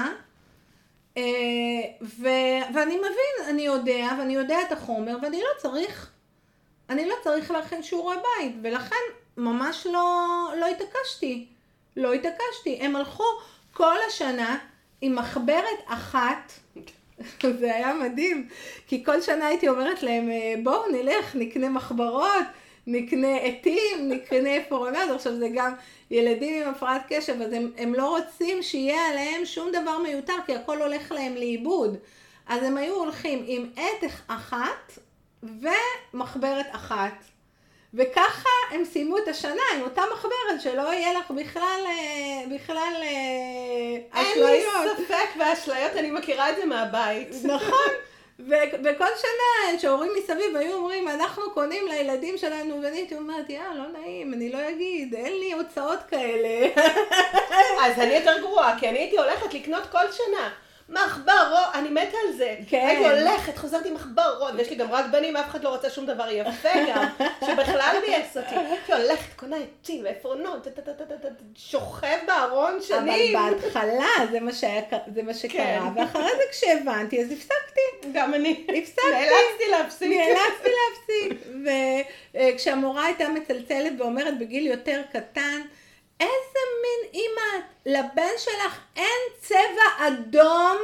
Speaker 1: ואני מבין, אני יודע את החומר, ואני לא צריך להכין שיעורי בית, ולכן ממש לא התעקשתי. הם הלכו כל השנה עם מחברת אחת, זה היה מדהים, כי כל שנה הייתי אומרת להם, בואו נלך, נקנה מחברות, נקנה עטים, נקנה פורמד. עכשיו זה גם ילדים עם הפרעת קשב, אז הם לא רוצים שיהיה עליהם שום דבר מיותר, כי הכל הולך להם לאיבוד. אז הם היו הולכים עם עט אחת ומחברת אחת. וככה הם סיימו את השנה עם אותה מחברת, שלא יהיה לך בכלל אשליות.
Speaker 2: אין לי ספק באשליות, אני מכירה את זה מהבית.
Speaker 1: נכון. וכל שנה שההורים מסביב היו אומרים, אנחנו קונים לילדים שלנו, ואני הייתי אומרת, לא נעים, אני לא אגיד, אין לי הוצאות כאלה.
Speaker 2: אז אני יותר גרועה, כי אני הייתי הולכת לקנות כל שנה מחברות, אני מתה על זה.
Speaker 1: כן.
Speaker 2: הייתי הולכת, חוזרתי מחברות, ויש לי גם רק בנים, אף אחד לא רוצה שום דבר יפה גם, שבכלל בייס אותי. הייתי הולכת, קונה עצים ועפרונות, שוכב בארון שנים.
Speaker 1: אבל בהתחלה זה מה שקרה, ואחרי זה כשהבנתי, אז הפסקתי.
Speaker 2: גם אני.
Speaker 1: נאלצתי
Speaker 2: להפסיק.
Speaker 1: וכשהמורה הייתה מצלצלת ואומרת בגיל יותר קטן, איזה מין אימא, לבן שלך אין צבע אדום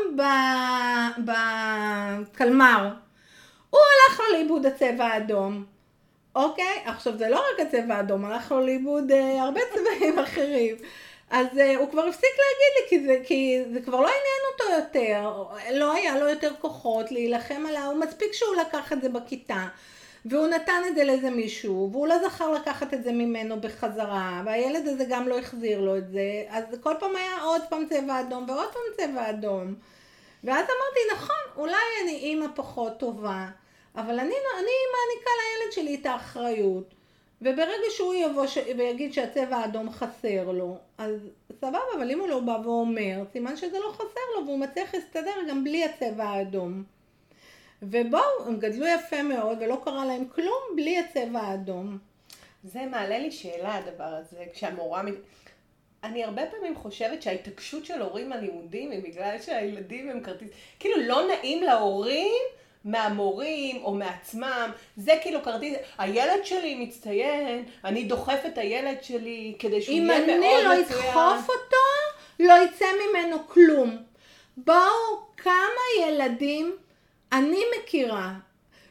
Speaker 1: בקלמר. הוא הלך לו לאיבוד הצבע האדום. אוקיי? עכשיו זה לא רק הצבע האדום, הלך לו לאיבוד הרבה צבעים אחרים. אז הוא כבר הפסיק להגיד לי, כי זה כבר לא עניין אותו יותר. לא היה לו יותר כוחות להילחם עליו, הוא מספיק שהוא לקח את זה בכיתה. והוא נתן את זה לאיזה מישהו, והוא לא זכר לקחת את זה ממנו בחזרה, והילד הזה גם לא החזיר לו את זה, אז כל פעם היה עוד פעם צבע אדום ועוד פעם צבע אדום. ואז אמרתי, נכון, אולי אני אימא פחות טובה, אבל אני מעניקה לילד שלי את האחריות, וברגע שהוא יבוא ויגיד שהצבע האדום חסר לו, אז סבבה, אבל אם הוא לא בא ואומר, סימן שזה לא חסר לו, והוא מצליח להסתדר גם בלי הצבע האדום. ובואו, הם גדלו יפה מאוד ולא קרה להם כלום בלי הצבע האדום.
Speaker 2: זה מעלה לי שאלה הדבר הזה, כשהמורה... אני הרבה פעמים חושבת שההתעקשות של הורים הלימודים היא בגלל שהילדים הם כרטיס... כאילו לא נעים להורים מהמורים או מעצמם, זה כאילו כרטיס... הילד שלי מצטיין, אני דוחף את הילד שלי כדי שהוא יהיה מאוד מצוין.
Speaker 1: אם אני לא אדחוף אותו, לא יצא ממנו כלום. בואו, כמה ילדים... אני מכירה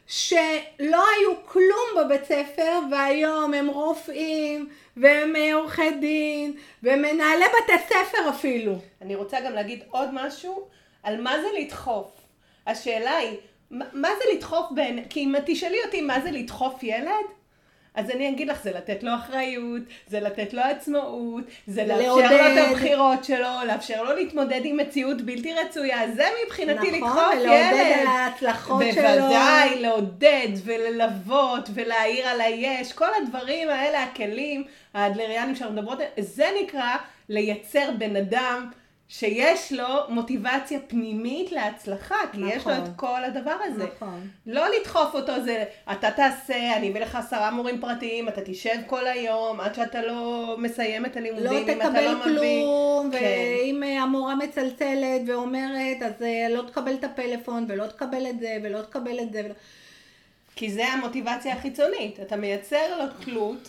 Speaker 1: שלא היו כלום בבית ספר, והיום הם רופאים, והם עורכי דין, ומנהלי בתי ספר אפילו.
Speaker 2: אני רוצה גם להגיד עוד משהו על מה זה לדחוף. השאלה היא, מה זה לדחוף כי אם תשאלי אותי מה זה לדחוף ילד, אז אני אגיד לך, זה לתת לו אחריות, זה לתת לו עצמאות, זה לאפשר לו את הבחירות שלו, לאפשר לו להתמודד עם מציאות בלתי רצויה, זה מבחינתי לדחוף ילד.
Speaker 1: נכון, ולעודד על ההצלחות שלו.
Speaker 2: בוודאי, לעודד וללוות ולהעיר על היש, כל הדברים האלה, הכלים האדלריאנים שאנחנו מדברות, זה נקרא לייצר בן אדם שיש לו מוטיבציה פנימית להצלחה, כי נכון. יש לו את כל הדבר הזה.
Speaker 1: נכון.
Speaker 2: לא לדחוף אותו, זה אתה תעשה, אני אביא לך 10 מורים פרטיים, אתה תשב כל היום, עד שאתה לא מסיים את הלימודים,
Speaker 1: לא
Speaker 2: אם אתה לא מביא.
Speaker 1: לא תקבל כלום, ואם המורה מצלצלת ואומרת, אז לא תקבל את הפלאפון, ולא תקבל את זה, ולא תקבל את זה.
Speaker 2: כי זה המוטיבציה החיצונית, אתה מייצר לו תלות,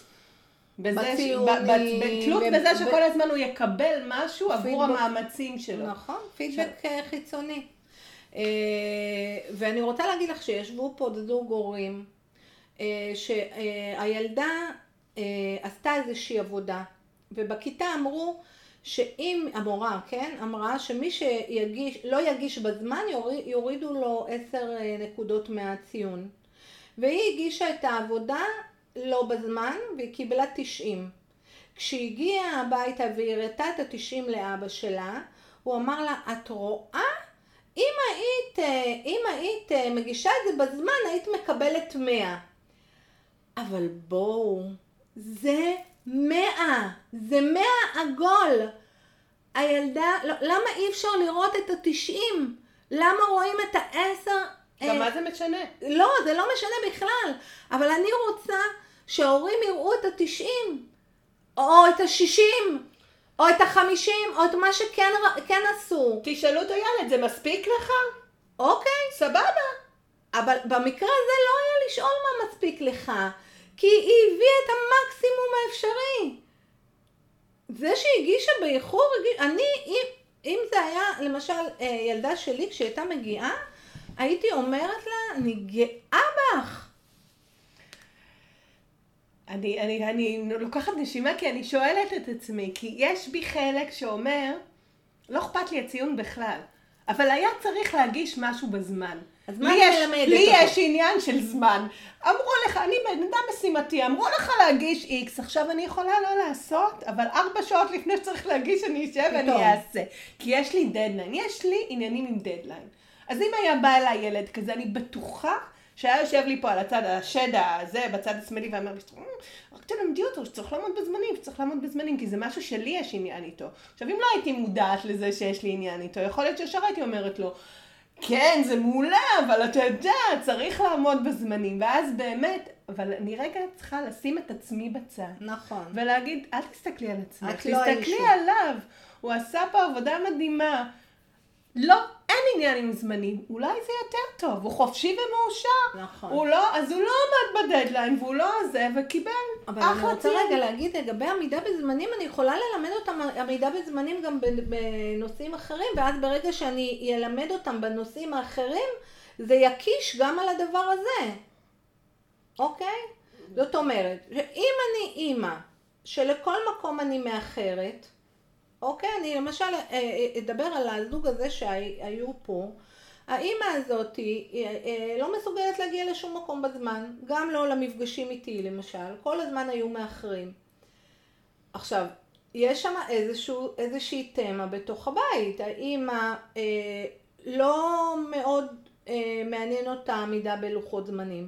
Speaker 2: תלות בזה שכל הזמן הוא יקבל משהו עבור המאמצים שלו.
Speaker 1: נכון, פידבק חיצוני. ואני רוצה להגיד לך שישבו פה זוג הורים, שהילדה עשתה איזושהי עבודה, ובכיתה אמרו שאם המורה, כן, אמרה שמי שלא יגיש בזמן יורידו לו 10 נקודות מהציון. והיא הגישה את העבודה לא בזמן, והיא קיבלה 90. כשהיא הגיעה הביתה והיא הראתה את ה-90 לאבא שלה, הוא אמר לה, את רואה? אם היית מגישה את זה בזמן, היית מקבלת 100. אבל בואו, זה 100. זה 100 עגול. הילדה, למה אי אפשר לראות את ה-90? למה רואים את ה-10?
Speaker 2: גם מה זה משנה?
Speaker 1: לא, זה לא משנה בכלל. אבל אני רוצה שההורים יראו את ה-90, או את ה-60, או את ה-50, או את מה שכן עשו.
Speaker 2: תשאלו את הילד, זה מספיק לך?
Speaker 1: אוקיי.
Speaker 2: סבבה.
Speaker 1: אבל במקרה הזה לא היה לשאול מה מספיק לך, כי היא הביאה את המקסימום האפשרי. זה שהיא הגישה באיחור, אם זה היה למשל ילדה שלי כשהיא הייתה מגיעה, הייתי אומרת לה, אני גאה בך.
Speaker 2: אני לוקחת נשימה כי אני שואלת את עצמי, כי יש בי חלק שאומר, לא אכפת לי הציון בכלל, אבל היה צריך להגיש משהו בזמן.
Speaker 1: אז מה אני מלמדת אותו?
Speaker 2: לי יש עניין של זמן. אמרו לך, אני בן אדם משימתי, אמרו לך להגיש X, עכשיו אני יכולה לא לעשות, אבל 4 שעות לפני שצריך להגיש אני אשב ואני אעשה. כי יש לי דדליין, יש לי עניינים עם דדליין. אז אם היה בא אליי ילד כזה, אני בטוחה שהיה יושב לי פה על הצד השד הזה, בצד השמאלי, ואמר לי, רק תלמדי אותו שצריך לעמוד בזמנים, כי זה משהו שלי יש עניין איתו. עכשיו, אם לא הייתי מודעת לזה שיש לי עניין איתו, יכול להיות שישר הייתי אומרת לו, כן, זה מעולה, אבל אתה יודע, צריך לעמוד בזמנים. ואז באמת, אבל אני רגע צריכה לשים את עצמי בצד.
Speaker 1: נכון.
Speaker 2: ולהגיד, אל תסתכלי על עצמך, תסתכלי עליו. הוא עשה פה עבודה מדהימה. לא, אין עניין עם זמנים, אולי זה יותר טוב, הוא חופשי ומאושר.
Speaker 1: נכון.
Speaker 2: אז הוא לא עמד בדדליין, והוא לא זה, וקיבל
Speaker 1: אבל אני רוצה רגע להגיד, לגבי עמידה בזמנים, אני יכולה ללמד אותם עמידה בזמנים גם בנושאים אחרים, ואז ברגע שאני אלמד אותם בנושאים האחרים, זה יקיש גם על הדבר הזה. אוקיי? זאת אומרת, אם אני אימא, שלכל מקום אני מאחרת, אוקיי, אני למשל אדבר על הזוג הזה שהיו פה. האמא הזאת לא מסוגלת להגיע לשום מקום בזמן, גם לא למפגשים איתי למשל, כל הזמן היו מאחרים. עכשיו, יש שם איזושהי תמה בתוך הבית. האמא לא מאוד מעניין אותה עמידה בלוחות זמנים.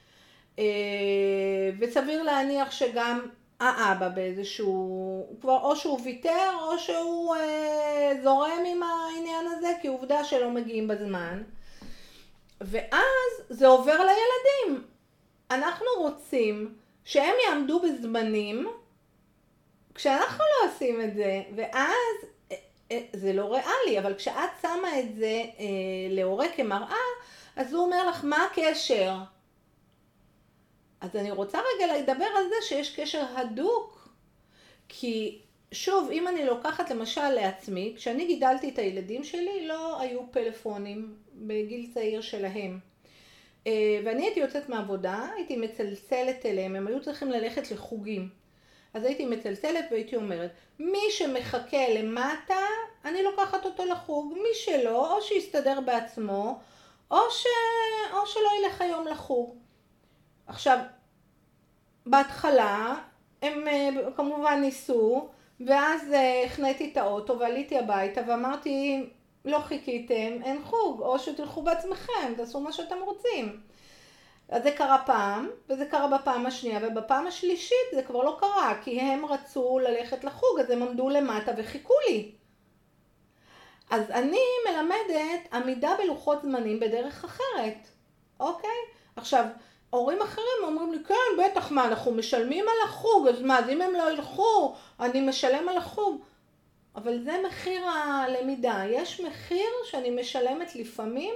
Speaker 1: וסביר להניח שגם האבא באיזשהו, כבר או שהוא ויתר או שהוא זורם עם העניין הזה, כי עובדה שלא מגיעים בזמן. ואז זה עובר לילדים. אנחנו רוצים שהם יעמדו בזמנים, כשאנחנו לא עושים את זה, ואז זה לא ריאלי, אבל כשאת שמה את זה להורה כמראה, אז הוא אומר לך, מה הקשר? אז אני רוצה רגע לדבר על זה שיש קשר הדוק, כי שוב, אם אני לוקחת למשל לעצמי, כשאני גידלתי את הילדים שלי, לא היו פלאפונים בגיל צעיר שלהם. ואני הייתי יוצאת מהעבודה, הייתי מצלצלת אליהם, הם היו צריכים ללכת לחוגים. אז הייתי מצלצלת והייתי אומרת, מי שמחכה למטה, אני לוקחת אותו לחוג, מי שלא, או שיסתדר בעצמו, או שלא ילך היום לחוג. עכשיו, בהתחלה הם כמובן ניסו, ואז הכנתי את האוטו ועליתי הביתה ואמרתי, לא חיכיתם, אין חוג, או שתלכו בעצמכם, תעשו מה שאתם רוצים. אז זה קרה פעם, וזה קרה בפעם השנייה, ובפעם השלישית זה כבר לא קרה, כי הם רצו ללכת לחוג, אז הם עמדו למטה וחיכו לי. אז אני מלמדת עמידה בלוחות זמנים בדרך אחרת, אוקיי? עכשיו, הורים אחרים אומרים לי, כן, בטח, מה, אנחנו משלמים על החוג, אז מה, אז אם הם לא ילכו, אני משלם על החוג. אבל זה מחיר הלמידה. יש מחיר שאני משלמת לפעמים,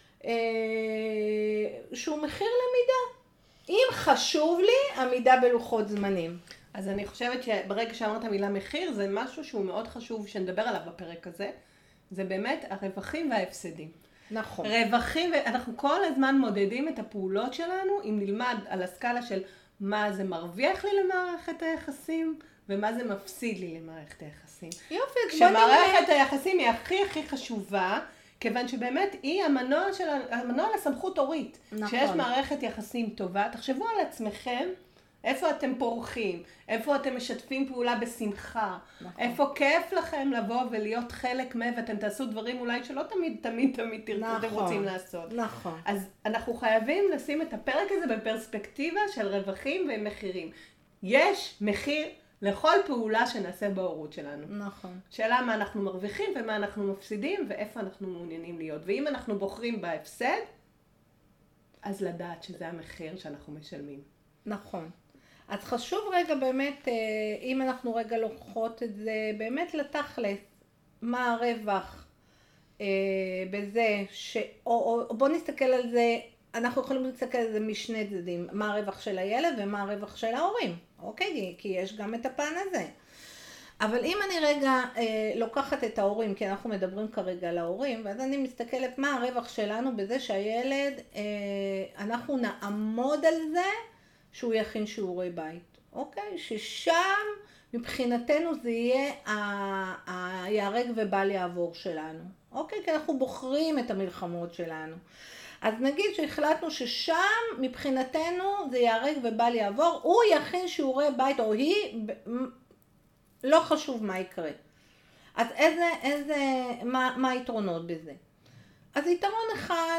Speaker 1: שהוא מחיר למידה. אם חשוב לי, עמידה בלוחות זמנים.
Speaker 2: אז אני חושבת שברגע שאמרת מילה מחיר, זה משהו שהוא מאוד חשוב שנדבר עליו בפרק הזה. זה באמת הרווחים וההפסדים.
Speaker 1: נכון.
Speaker 2: רווחים, ואנחנו כל הזמן מודדים את הפעולות שלנו, אם נלמד על הסקאלה של מה זה מרוויח לי למערכת היחסים, ומה זה מפסיד לי למערכת היחסים.
Speaker 1: יופי,
Speaker 2: כשמערכת היחסים היא הכי חשובה, כיוון שבאמת היא המנוע לסמכות הורית.
Speaker 1: נכון.
Speaker 2: כשיש מערכת יחסים טובה, תחשבו על עצמכם, איפה אתם פורחים, איפה אתם משתפים פעולה בשמחה, נכון. איפה כיף לכם לבוא ולהיות חלק ואתם תעשו דברים אולי שלא תמיד
Speaker 1: נכון.
Speaker 2: אתם רוצים לעשות.
Speaker 1: נכון.
Speaker 2: אז אנחנו חייבים לשים את הפרק הזה בפרספקטיבה של רווחים ומחירים. יש מחיר לכל פעולה שנעשה בהורות שלנו.
Speaker 1: נכון.
Speaker 2: שאלה מה אנחנו מרוויחים ומה אנחנו מפסידים ואיפה אנחנו מעוניינים להיות. ואם אנחנו בוחרים בהפסד, אז לדעת שזה המחיר שאנחנו משלמים.
Speaker 1: נכון. אז חשוב רגע באמת, אם אנחנו רגע לוקחות את זה, באמת לתכלס, מה הרווח בזה, או בוא נסתכל על זה, אנחנו יכולים להסתכל על זה משני צדדים, מה הרווח של הילד ומה הרווח של ההורים, אוקיי? כי יש גם את הפן הזה. אבל אם אני רגע לוקחת את ההורים, כי אנחנו מדברים כרגע על ההורים, ואז אני מסתכלת מה הרווח שלנו בזה שהילד, אנחנו נעמוד על זה, שהוא יכין שיעורי בית, אוקיי? ששם מבחינתנו זה יהיה היהרג ובל יעבור שלנו, אוקיי? כי אנחנו בוחרים את המלחמות שלנו. אז נגיד שהחלטנו ששם מבחינתנו זה יהרג ובל יעבור, הוא יכין שיעורי בית או היא, לא חשוב מה יקרה. אז מה היתרונות בזה? אז יתרון אחד,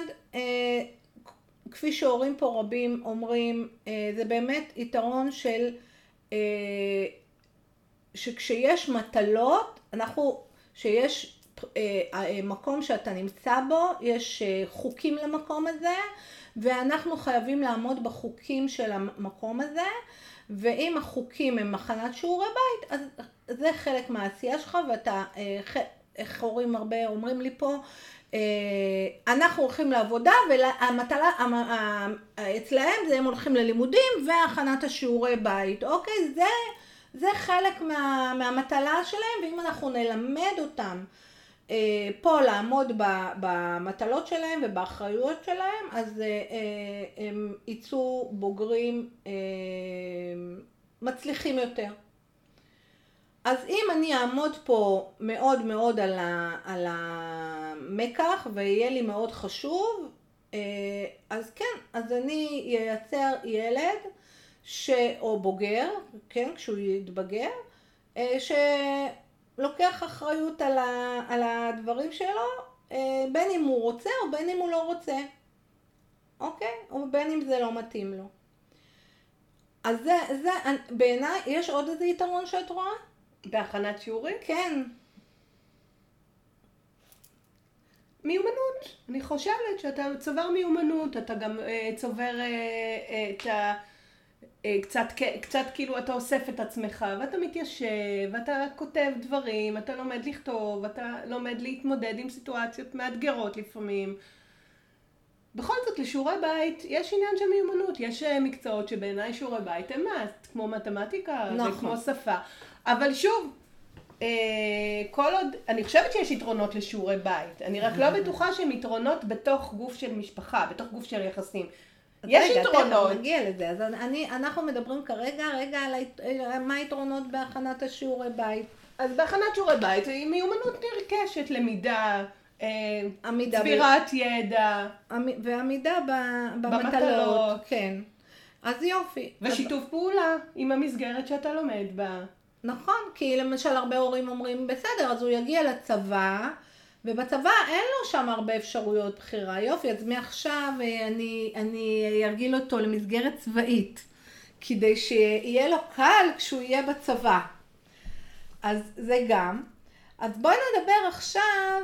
Speaker 1: כפי שהורים פה רבים אומרים, זה באמת יתרון של, שכשיש מטלות, שיש מקום שאתה נמצא בו, יש חוקים למקום הזה, ואנחנו חייבים לעמוד בחוקים של המקום הזה, ואם החוקים הם מכנת שיעורי בית, אז זה חלק מהעשייה שלך, ואתה, איך הורים הרבה אומרים לי פה, אנחנו הולכים לעבודה, והמטלה, אצלהם זה הם הולכים ללימודים והכנת השיעורי בית, אוקיי? זה חלק מהמטלה שלהם, ואם אנחנו נלמד אותם פה לעמוד במטלות שלהם ובאחריות שלהם, אז הם יצאו בוגרים מצליחים יותר. אז אם אני אעמוד פה מאוד מאוד על המקח ויהיה לי מאוד חשוב, אז כן, אז אני ייצר ילד או בוגר, כן, כשהוא יתבגר, שלוקח אחריות על הדברים שלו, בין אם הוא רוצה או בין אם הוא לא רוצה, אוקיי? או בין אם זה לא מתאים לו. אז זה בעיניי, יש עוד איזה יתרון שאת רואה?
Speaker 2: בהכנת שיעורים?
Speaker 1: כן.
Speaker 2: מיומנות. אני חושבת שאתה צובר מיומנות, אתה גם צובר את קצת כאילו אתה אוסף את עצמך, ואתה מתיישב, ואתה כותב דברים, אתה לומד לכתוב, אתה לומד להתמודד עם סיטואציות מאתגרות לפעמים. בכל זאת, לשיעורי בית יש עניין של מיומנות. יש מקצועות שבעיניי שיעורי בית הם כמו מתמטיקה,
Speaker 1: נכון.
Speaker 2: וכמו שפה. אבל שוב, כל עוד, אני חושבת שיש יתרונות לשיעורי בית, אני רק לא בטוחה שהם יתרונות בתוך גוף של משפחה, בתוך גוף של יחסים. יש יתרונות.
Speaker 1: רגע, נגיע לזה. אז אנחנו מדברים כרגע, על מה היתרונות בהכנת השיעורי בית.
Speaker 2: אז בהכנת שיעורי בית היא מיומנות נרכשת, למידה, צבירת ידע.
Speaker 1: ועמידה במטלות. כן. אז יופי.
Speaker 2: ושיתוף פעולה עם המסגרת שאתה לומד בה.
Speaker 1: נכון, כי למשל הרבה הורים אומרים, בסדר, אז הוא יגיע לצבא, ובצבא אין לו שם הרבה אפשרויות בחירה. יופי, אז מעכשיו אני ארגיל אותו למסגרת צבאית, כדי שיהיה לו קל כשהוא יהיה בצבא. אז זה גם. אז בואי נדבר עכשיו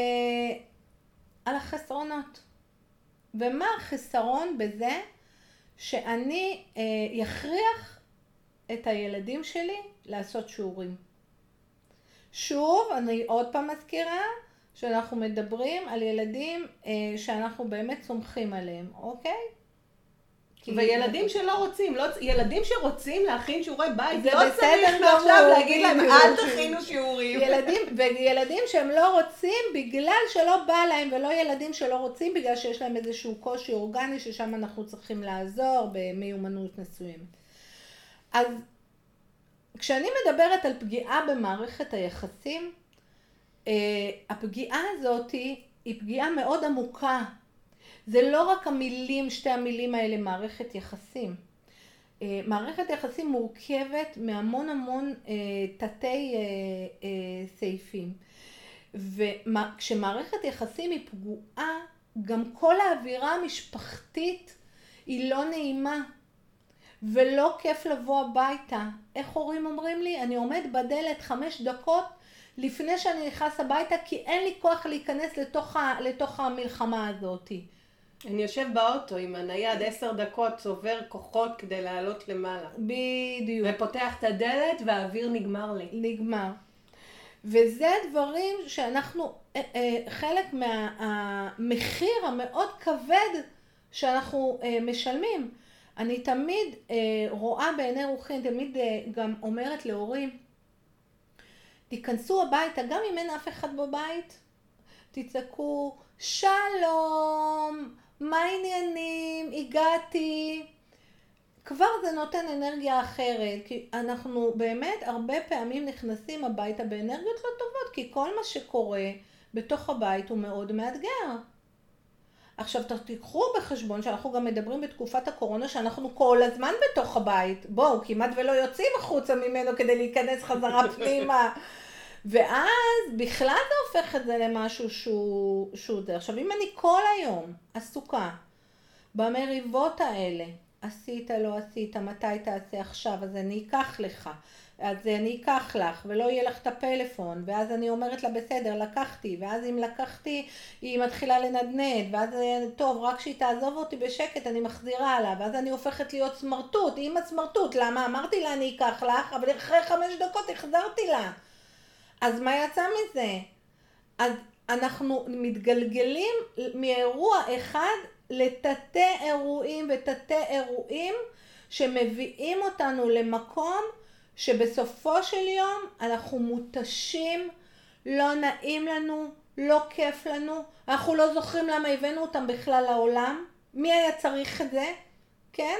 Speaker 1: על החסרונות. ומה החסרון בזה שאני יכריח את הילדים שלי לעשות שיעורים. שוב, אני עוד פעם מזכירה שאנחנו מדברים על ילדים שאנחנו באמת סומכים עליהם, אוקיי?
Speaker 2: וילדים שלא רוצים, ילדים שרוצים להכין שיעורי בית,
Speaker 1: זה
Speaker 2: לא צריך עכשיו להגיד להם אל תכינו שיעורים.
Speaker 1: וילדים שהם לא רוצים בגלל שלא בא להם, ולא ילדים שלא רוצים בגלל שיש להם איזשהו קושי אורגני ששם אנחנו צריכים לעזור במיומנות מסוימת. אז כשאני מדברת על פגיעה במערכת היחסים, הפגיעה הזאת היא פגיעה מאוד עמוקה. זה לא רק המילים, שתי המילים האלה, מערכת יחסים. מערכת יחסים מורכבת מהמון תתי סעיפים. וכשמערכת יחסים היא פגועה, גם כל האווירה המשפחתית היא לא נעימה. ולא כיף לבוא הביתה. איך הורים אומרים לי? אני עומד בדלת 5 דקות לפני שאני נכנס הביתה, כי אין לי כוח להיכנס לתוך המלחמה הזאת.
Speaker 2: אני יושב באוטו עם הנייד 10 דקות, צובר כוחות כדי לעלות למעלה.
Speaker 1: בדיוק.
Speaker 2: ופותח את הדלת והאוויר נגמר לי.
Speaker 1: נגמר. וזה דברים שאנחנו, חלק מהמחיר המאוד כבד שאנחנו משלמים. אני תמיד רואה בעיני רוחי, אני תמיד גם אומרת להורים, תיכנסו הביתה, גם אם אין אף אחד בבית, תצעקו, שלום, מה העניינים, הגעתי. כבר זה נותן אנרגיה אחרת, כי אנחנו באמת הרבה פעמים נכנסים הביתה באנרגיות לא טובות, כי כל מה שקורה בתוך הבית הוא מאוד מאתגר. עכשיו תיקחו בחשבון שאנחנו גם מדברים בתקופת הקורונה שאנחנו כל הזמן בתוך הבית. בואו, כמעט ולא יוצאים החוצה ממנו כדי להיכנס חזרה פנימה. ואז בכלל זה הופך את זה למשהו שהוא זה. עכשיו אם אני כל היום עסוקה במריבות האלה, עשית, לא עשית, מתי תעשה עכשיו, אז אני אקח לך. אז אני אקח לך, ולא יהיה לך את הפלאפון, ואז אני אומרת לה בסדר, לקחתי, ואז אם לקחתי, היא מתחילה לנדנד, ואז טוב, רק שהיא תעזוב אותי בשקט, אני מחזירה לה, ואז אני הופכת להיות סמרטוט, אמא סמרטוט, למה? אמרתי לה אני אקח לך, אבל אחרי 5 דקות החזרתי לה. אז מה יצא מזה? אז אנחנו מתגלגלים מאירוע אחד לתתי אירועים ותתי אירועים, שמביאים אותנו למקום, שבסופו של יום אנחנו מותשים, לא נעים לנו, לא כיף לנו, אנחנו לא זוכרים למה הבאנו אותם בכלל לעולם, מי היה צריך את זה, כן?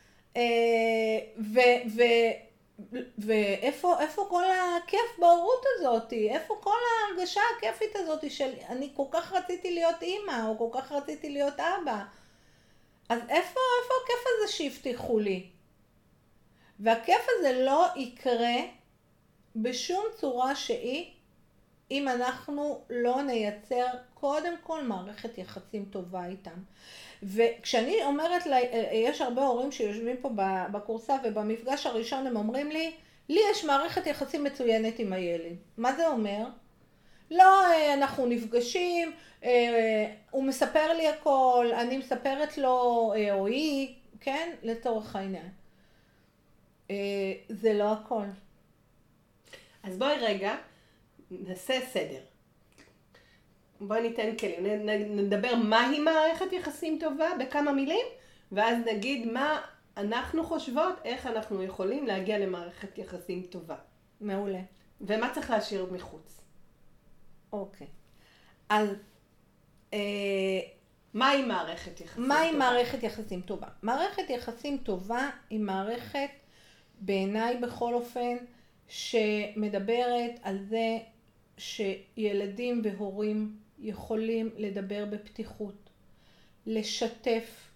Speaker 1: ואיפה כל הכיף בהורות הזאת, איפה כל ההרגשה הכיפית הזאת של אני כל כך רציתי להיות אימא, או כל כך רציתי להיות אבא, אז איפה הכיף הזה שהבטיחו לי? והכיף הזה לא יקרה בשום צורה שהיא, אם אנחנו לא נייצר קודם כל מערכת יחסים טובה איתם. וכשאני אומרת, יש הרבה הורים שיושבים פה בקורסה ובמפגש הראשון הם אומרים לי, לי יש מערכת יחסים מצוינת עם הילד. מה זה אומר? לא, אנחנו נפגשים, הוא מספר לי הכל, אני מספרת לו או היא, כן? לצורך העניין. זה לא הכל.
Speaker 2: אז בואי רגע, נעשה סדר. בואי ניתן כלים, נדבר מהי מערכת יחסים טובה בכמה מילים, ואז נגיד מה אנחנו חושבות, איך אנחנו יכולים להגיע למערכת יחסים טובה.
Speaker 1: מעולה.
Speaker 2: ומה צריך להשאיר מחוץ?
Speaker 1: אוקיי. אז
Speaker 2: מהי מערכת יחסים טובה?
Speaker 1: מהי מערכת יחסים טובה? מערכת יחסים טובה היא מערכת, בעיניי בכל אופן, שמדברת על זה שילדים והורים יכולים לדבר בפתיחות, לשתף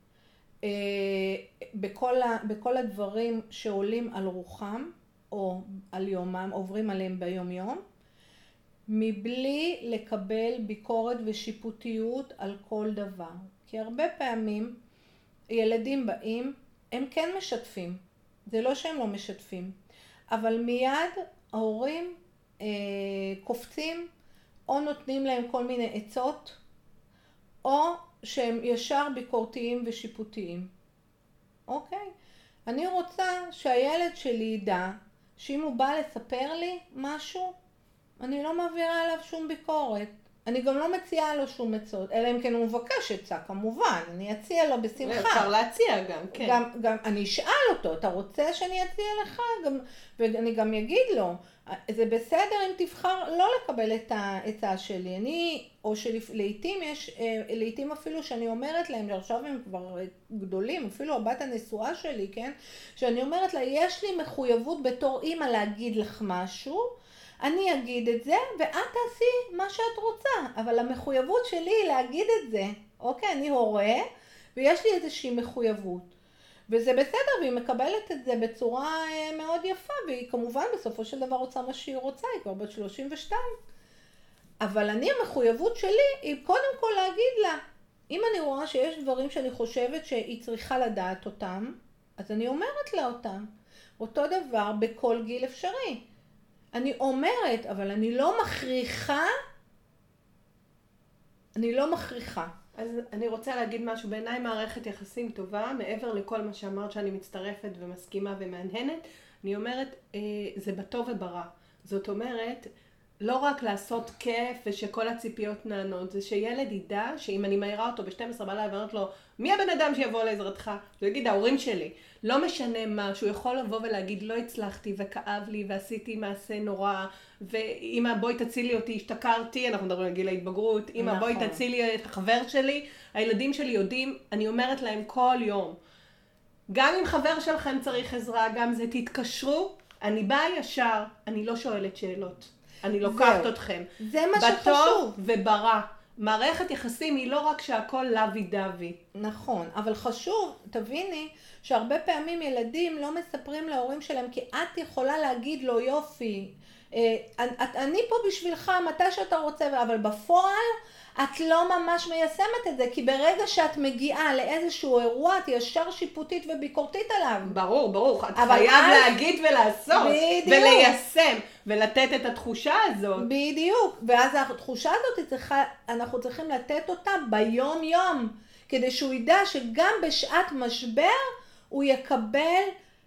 Speaker 1: בכל הדברים שעולים על רוחם או על יומם, עוברים עליהם ביום יום, מבלי לקבל ביקורת ושיפוטיות על כל דבר. כי הרבה פעמים ילדים באים, הם כן משתפים, זה לא שהם לא משתפים, אבל מיד ההורים קופצים או נותנים להם כל מיני עצות, או שהם ישר ביקורתיים ושיפוטיים. אוקיי? אני רוצה שהילד שלי ידע שאם הוא בא לספר לי משהו, אני לא מעבירה עליו שום ביקורת. אני גם לא מציעה לו שום עצות, אלא אם כן הוא מבקש עצה, כמובן. אני אציע לו בשמחה.
Speaker 2: אפשר להציע גם, כן.
Speaker 1: גם אני אשאל אותו, אתה רוצה שאני אציע לך? ואני גם אגיד לו, זה בסדר אם תבחר לא לקבל את העצה שלי. או לעתים אפילו שאני אומרת להם, עכשיו הם כבר גדולים, אפילו הבת הנשואה שלי, כן? שאני אומרת לה, יש לי מחויבות בתור אימא להגיד לך משהו, אני אגיד את זה, ואת תעשי מה שאת רוצה. אבל המחויבות שלי היא להגיד את זה. אוקיי, אני הורה, ויש לי איזושהי מחויבות. וזה בסדר, והיא מקבלת את זה בצורה מאוד יפה, והיא כמובן בסופו של דבר רוצה מה שהיא רוצה, היא כבר בת 32. אבל המחויבות שלי היא קודם כל להגיד לה, אם אני רואה שיש דברים שאני חושבת שהיא צריכה לדעת אותם, אז אני אומרת לה אותם. אותו דבר בכל גיל אפשרי. אני אומרת, אבל אני לא מכריחה.
Speaker 2: אז אני רוצה להגיד משהו, בעיניי מערכת יחסים טובה, מעבר לכל מה שאמרת שאני מצטרפת ומסכימה ומעניינת, אני אומרת, זה בטוב וברע. זאת אומרת, לא רק לעשות כיף ושכל הציפיות נענות, זה שילד ידע שאם אני מהירה אותו ב-12 בלילה ואומרת לו, מי הבן אדם שיבוא לעזרתך? הוא יגיד, ההורים שלי. לא משנה מה, שהוא יכול לבוא ולהגיד, לא הצלחתי וכאב לי ועשיתי מעשה נורא, ואמא בואי תצילי אותי, השתכרתי, אנחנו מדברים על גיל ההתבגרות, אמא בואי תצילי את החבר שלי, הילדים שלי יודעים, אני אומרת להם כל יום, גם אם חבר שלכם צריך עזרה, גם זה תתקשרו, אני באה ישר, אני לא שואלת שאלות. אני לוקחת אתכם.
Speaker 1: זה מה שחשוב.
Speaker 2: בטוב וברע. מערכת יחסים היא לא רק שהכל לוי דווי.
Speaker 1: נכון, אבל חשוב, תביני, שהרבה פעמים ילדים לא מספרים להורים שלהם, כי את יכולה להגיד לו יופי, אני פה בשבילך מתי שאתה רוצה, אבל בפועל את לא ממש מיישמת את זה, כי ברגע שאת מגיעה לאיזשהו אירוע, את ישר שיפוטית וביקורתית עליו.
Speaker 2: ברור. את חייב להגיד ולעשות. בדיוק. וליישם, ולתת את התחושה הזאת.
Speaker 1: בדיוק. ואז התחושה הזאת אנחנו צריכים לתת אותה ביום יום, כדי שהוא ידע שגם בשעת משבר, הוא יקבל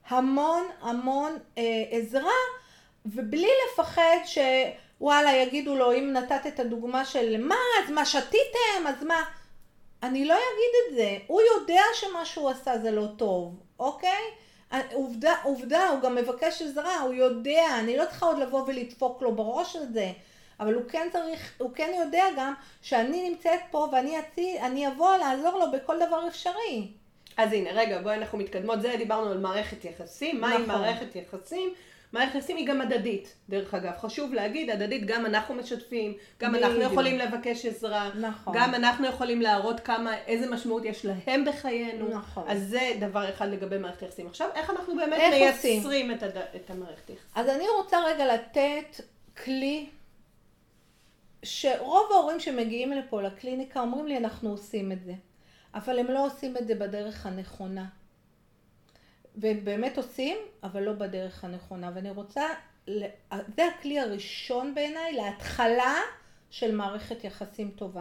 Speaker 1: המון עזרה, ובלי לפחד שוואלה יגידו לו, אם נתת את הדוגמה של מה, אז מה שתיתם, אז מה? אני לא אגיד את זה. הוא יודע שמה שהוא עשה זה לא טוב, אוקיי? עובדה, הוא גם מבקש עזרה, הוא יודע, אני לא צריכה עוד לבוא ולדפוק לו בראש על זה, אבל הוא כן יודע גם שאני נמצאת פה ואני אבוא לעזור לו בכל דבר אפשרי.
Speaker 2: אז הנה, רגע, בואי אנחנו מתקדמות. זה דיברנו על מערכת יחסים. מה עם מערכת יחסים? מערכת יחסים היא גם הדדית, דרך אגב. חשוב להגיד, הדדית גם אנחנו משתפים, גם אנחנו יכולים לבקש עזרה, גם אנחנו יכולים להראות איזה משמעות יש להם בחיינו. אז זה דבר אחד לגבי מערכת יחסים. עכשיו, איך אנחנו באמת מייצרים את המערכת יחסים?
Speaker 1: אז אני רוצה רגע לתת כלי, שרוב ההורים שמגיעים לפה לקליניקה אומרים לי, אנחנו עושים את זה. אבל הם לא עושים את זה בדרך הנכונה. והם באמת עושים, אבל לא בדרך הנכונה. ואני רוצה, זה הכלי הראשון בעיניי, להתחלה של מערכת יחסים טובה.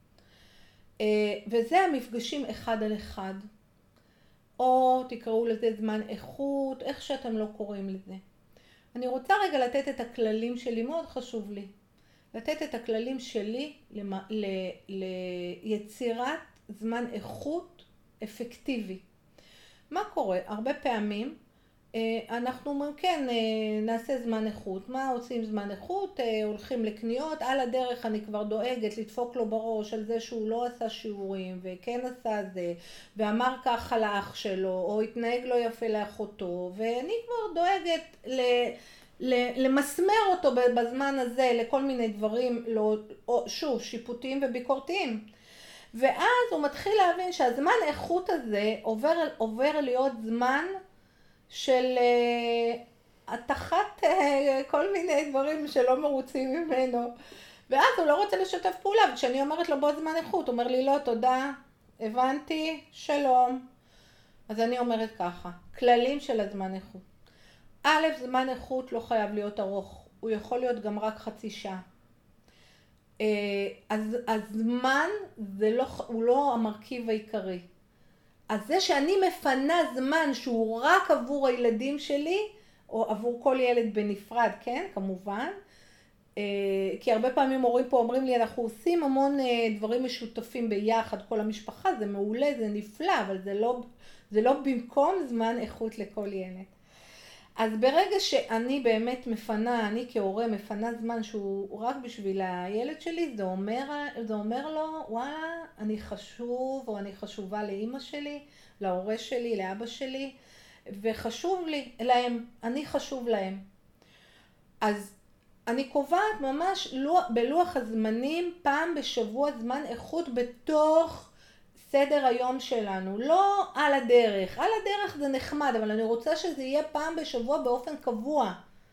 Speaker 1: וזה המפגשים אחד על אחד. או תקראו לזה זמן איכות, איך שאתם לא קוראים לזה. אני רוצה רגע לתת את הכללים שלי, מאוד חשוב לי. לתת את הכללים שלי ליצירת זמן איכות אפקטיבי. מה קורה? הרבה פעמים אנחנו אומרים, כן, נעשה זמן איכות. מה עושים זמן איכות? הולכים לקניות, על הדרך אני כבר דואגת לדפוק לו בראש על זה שהוא לא עשה שיעורים, וכן עשה זה, ואמר ככה לאח שלו, או התנהג לא יפה לאחותו, ואני כבר דואגת למסמר אותו בזמן הזה לכל מיני דברים, לא, שוב, שיפוטיים וביקורתיים. ואז הוא מתחיל להבין שהזמן איכות הזה עובר להיות זמן של התחת כל מיני דברים שלא מרוצים ממנו. ואז הוא לא רוצה לשתף פעולה, וכשאני אומרת לו בוא זמן איכות, הוא אומר לי לא תודה, הבנתי, שלום. אז אני אומרת ככה, כללים של הזמן איכות. א', זמן איכות לא חייב להיות ארוך, הוא יכול להיות גם רק חצי שעה. אז הזמן הוא לא המרכיב העיקרי. אז זה שאני מפנה זמן שהוא רק עבור הילדים שלי, או עבור כל ילד בנפרד, כן, כמובן. כי הרבה פעמים הורים פה אומרים לי, אנחנו עושים המון דברים משותפים ביחד, כל המשפחה, זה מעולה, זה נפלא, אבל זה לא במקום זמן איכות לכל ילד. אז ברגע שאני באמת מפנה, אני כהורה מפנה זמן שהוא רק בשביל הילד שלי, זה אומר לו, וואלה, אני חשוב או אני חשובה לאמא שלי, להורה שלי, לאבא שלי, וחשוב לי להם, אני חשוב להם. אז אני קובעת ממש בלוח הזמנים פעם בשבוע זמן איכות בתוך סדר היום שלנו, לא על הדרך. על הדרך זה נחמד, אבל אני רוצה שזה יהיה פעם בשבוע באופן קבוע.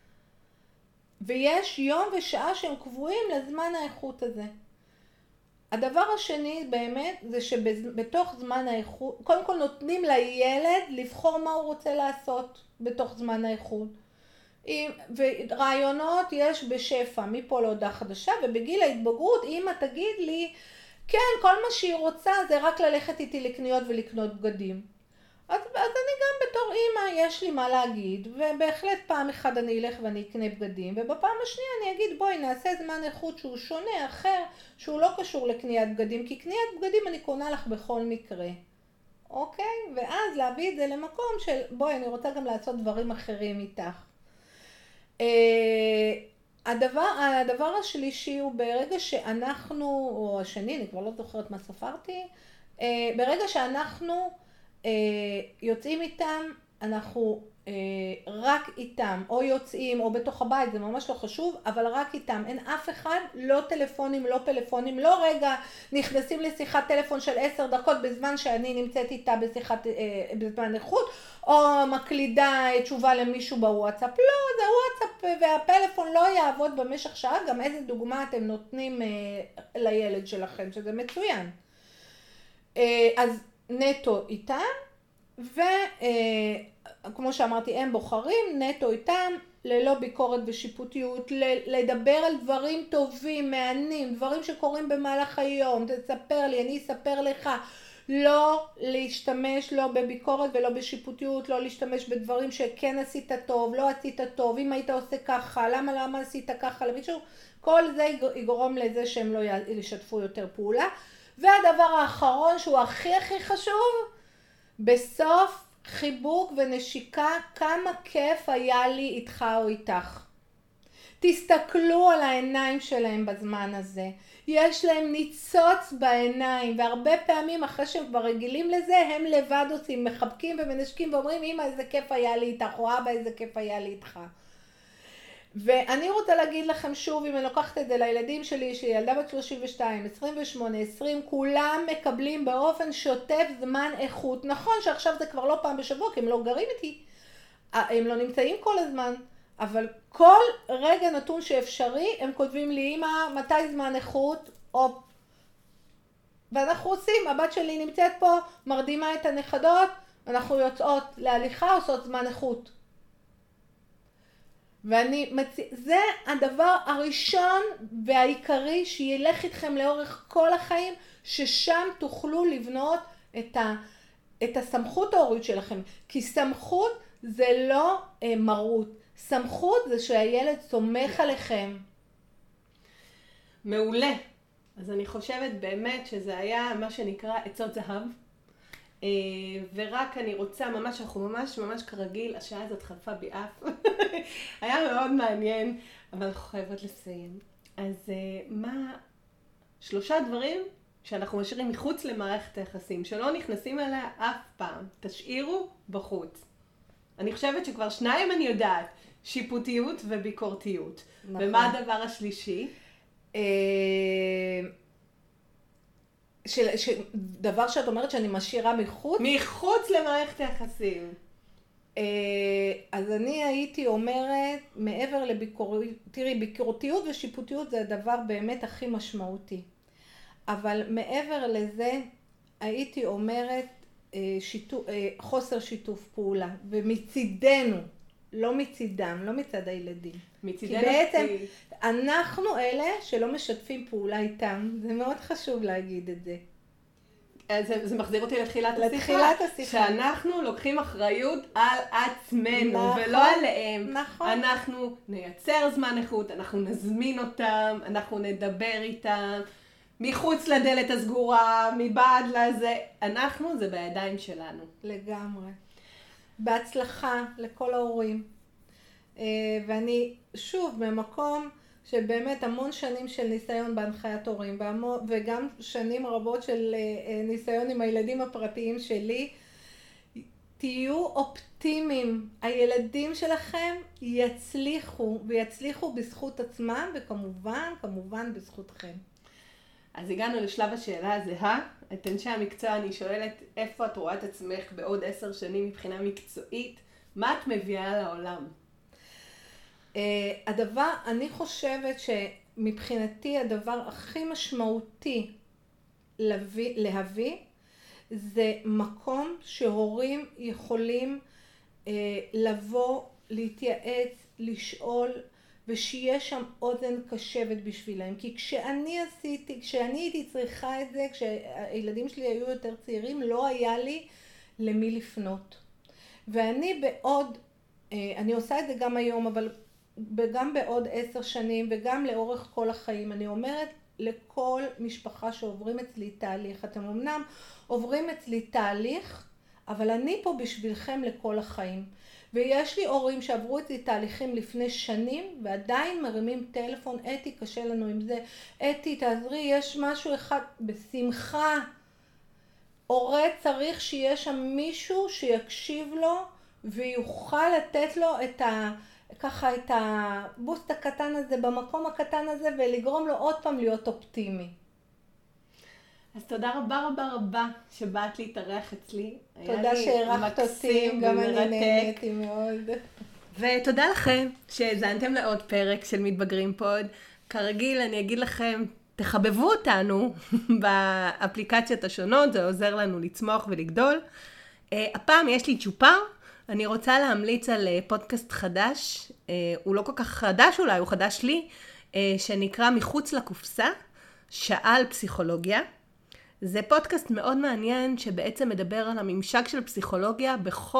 Speaker 1: ויש יום ושעה שהם קבועים לזמן האיכות הזה. הדבר השני באמת זה שבתוך זמן האיכות, קודם כל נותנים לילד לבחור מה הוא רוצה לעשות בתוך זמן האיכות. ורעיונות יש בשפע, מפה להודעה חדשה, ובגיל ההתבגרות אמא תגיד לי, כן, כל מה שהיא רוצה זה רק ללכת איתי לקניות ולקנות בגדים. אז אני גם בתור אמא יש לי מה להגיד, ובהחלט פעם אחד אני אלך ואני אקנה בגדים, ובפעם השנייה אני אגיד בואי נעשה זמן איכות שהוא שונה, אחר, שהוא לא קשור לקניית בגדים, כי קניית בגדים אני קונה לך בכל מקרה. אוקיי? ואז להביא את זה למקום של בואי אני רוצה גם לעשות דברים אחרים איתך. הדבר השלישי הוא ברגע שאנחנו, או השני, אני כבר לא זוכרת מה ספרתי, ברגע שאנחנו יוצאים איתם, אנחנו רק איתם, או יוצאים, או בתוך הבית, זה ממש לא חשוב, אבל רק איתם. אין אף אחד, לא טלפונים, לא פלאפונים, לא רגע נכנסים לשיחת טלפון של 10 דקות בזמן שאני נמצאת איתה בזמן איכות, או מקלידה תשובה למישהו בוואטסאפ. לא, זה וואטסאפ והפלאפון לא יעבוד במשך שעה, גם איזה דוגמה אתם נותנים לילד שלכם, שזה מצוין. אז נטו איתם, וכמו שאמרתי, הם בוחרים, נטו איתם, ללא ביקורת ושיפוטיות, לדבר על דברים טובים, מעניינים, דברים שקורים במהלך היום, תספר לי, אני אספר לך, לא להשתמש לא בביקורת ולא בשיפוטיות, לא להשתמש בדברים שכן עשית טוב, לא עשית טוב, אם היית עושה ככה, למה עשית ככה למישהו, כל זה יגרום לזה שהם לא ישתפו יותר פעולה. והדבר האחרון שהוא הכי חשוב, בסוף חיבוק ונשיקה, כמה כיף היה לי איתך או איתך. תסתכלו על העיניים שלהם בזמן הזה. יש להם ניצוץ בעיניים, והרבה פעמים אחרי שהם כבר רגילים לזה, הם לבד עושים, מחבקים ומנשקים ואומרים, אמא איזה כיף היה לי איתך, או אבא איזה כיף היה לי איתך. ואני רוצה להגיד לכם שוב, אם אני לוקחת את זה לילדים שלי, שילדה בת 32, 28, 20, כולם מקבלים באופן שוטף זמן איכות. נכון שעכשיו זה כבר לא פעם בשבוע, כי הם לא גרים איתי, הם לא נמצאים כל הזמן, אבל כל רגע נתון שאפשרי, הם כותבים לי, אמא, מתי זמן איכות? ואנחנו עושים, הבת שלי נמצאת פה, מרדימה את הנכדות, אנחנו יוצאות להליכה, עושות זמן איכות. זה הדבר הראשון והעיקרי שילך איתכם לאורך כל החיים, ששם תוכלו לבנות את הסמכות ההורית שלכם. כי סמכות זה לא מרות. סמכות זה שהילד סומך עליכם.
Speaker 2: מעולה. אז אני חושבת באמת שזה היה מה שנקרא עצות זהב. ורק אני רוצה ממש, אנחנו ממש כרגיל, השעה הזאת חלפה בי אף. היה מאוד מעניין, אבל אנחנו חייבות לסיים. אז מה 3 דברים שאנחנו משאירים מחוץ למערכת היחסים, שלא נכנסים אליה אף פעם, תשאירו בחוץ. אני חושבת שכבר 2 אני יודעת, שיפוטיות וביקורתיות. נכון. ומה הדבר השלישי?
Speaker 1: דבר שאת אומרת שאני משאירה מחוץ?
Speaker 2: מחוץ למערכת היחסים.
Speaker 1: אז אני הייתי אומרת, מעבר לביקורתיות, תראי, ביקורתיות ושיפוטיות זה הדבר באמת הכי משמעותי. אבל מעבר לזה, הייתי אומרת חוסר שיתוף פעולה. ומצידנו, לא מצידם, לא מצד הילדים.
Speaker 2: מצידנו.
Speaker 1: כי בעצם אנחנו אלה שלא משתפים פעולה איתם. זה מאוד חשוב להגיד את זה.
Speaker 2: זה מחזיר אותי לתחילת
Speaker 1: השיחה.
Speaker 2: שאנחנו לוקחים אחריות על עצמנו, נכון, ולא עליהם.
Speaker 1: נכון.
Speaker 2: אנחנו נייצר זמן איכות, אנחנו נזמין אותם, אנחנו נדבר איתם, מחוץ לדלת הסגורה, מבעד לזה. אנחנו, זה בידיים שלנו.
Speaker 1: לגמרי. בהצלחה לכל ההורים. ואני שוב במקום שבאמת המון שנים של ניסיון בהנחיית הורים, וגם שנים רבות של ניסיון עם הילדים הפרטיים שלי, תהיו אופטימיים. הילדים שלכם יצליחו, ויצליחו בזכות עצמם, וכמובן בזכותכם.
Speaker 2: אז הגענו לשלב השאלה הזהה. את אנשי המקצוע אני שואלת, איפה את רואה את עצמך בעוד 10 שנים מבחינה מקצועית? מה את מביאה לעולם?
Speaker 1: אני חושבת שמבחינתי הדבר הכי משמעותי להביא, זה מקום שהורים יכולים לבוא, להתייעץ, לשאול, ושיהיה שם אוזן קשבת בשבילהם. כי כשאני הייתי צריכה את זה, כשהילדים שלי היו יותר צעירים, לא היה לי למי לפנות. ואני אני עושה את זה גם היום, אבל גם בעוד 10 שנים וגם לאורך כל החיים, אני אומרת לכל משפחה שעוברים אצלי תהליך, אתם אמנם עוברים אצלי תהליך, אבל אני פה בשבילכם לכל החיים. ויש לי הורים שעברו אצלי תהליכים לפני שנים, ועדיין מרימים טלפון, אתי, קשה לנו עם זה, אתי, תעזרי, יש משהו אחד, בשמחה. הורה צריך שיש שם מישהו שיקשיב לו, ויוכל לתת לו ככה את הבוסט הקטן הזה, במקום הקטן הזה, ולגרום לו עוד פעם להיות אופטימי.
Speaker 2: אז תודה רבה שבאת להתארח אצלי.
Speaker 1: תודה שהערכת אותי, גם אני נהניתי מאוד.
Speaker 2: ותודה לכם שהאזנתם לעוד פרק של מתבגרים פוד. כרגיל אני אגיד לכם, תחבבו אותנו באפליקציות השונות, זה עוזר לנו לצמוח ולגדול. הפעם יש לי צ'ופר, אני רוצה להמליץ על פודקאסט חדש, הוא לא כל כך חדש אולי, הוא חדש לי, שנקרא מחוץ לקופסה, שעה על פסיכולוגיה. זה פודקאסט מאוד מעניין שבעצם מדבר על הממשק של פסיכולוגיה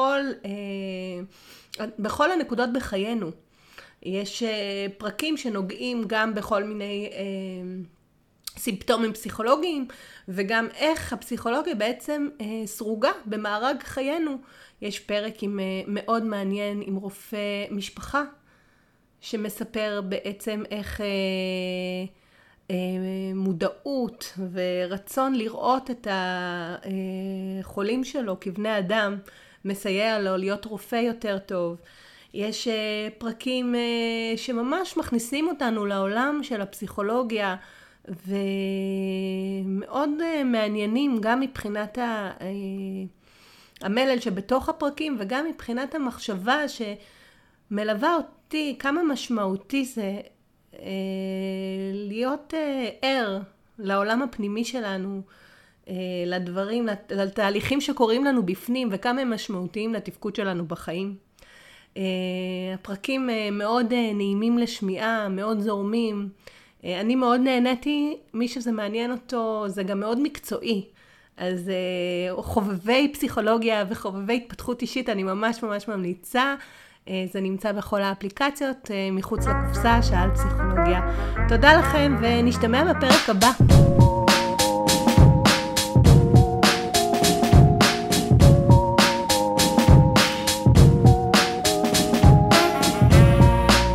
Speaker 2: בכל הנקודות בחיינו. יש פרקים שנוגעים גם בכל מיני סימפטומים פסיכולוגיים, וגם איך הפסיכולוגיה בעצם סרוגה במארג חיינו. יש פרק מאוד מעניין עם רופא משפחה, שמספר בעצם איך מודעות ורצון לראות את החולים שלו כבני אדם, מסייע לו להיות רופא יותר טוב. יש פרקים שממש מכניסים אותנו לעולם של הפסיכולוגיה, ומאוד מעניינים גם מבחינת המלל שבתוך הפרקים, וגם מבחינת המחשבה שמלווה אותי, כמה משמעותי זה להיות ער לעולם הפנימי שלנו, לדברים, לתהליכים שקורים לנו בפנים, וכמה הם משמעותיים לתפקוד שלנו בחיים. הפרקים מאוד נעימים לשמיעה, מאוד זורמים. אני מאוד נהניתי, מי שזה מעניין אותו, זה גם מאוד מקצועי. אז חובבי פסיכולוגיה וחובבי התפתחות אישית, אני ממש ממליצה. זה נמצא בכל האפליקציות, מחוץ לקופסה, שעה על פסיכולוגיה. תודה לכם ונשתמע בפרק הבא.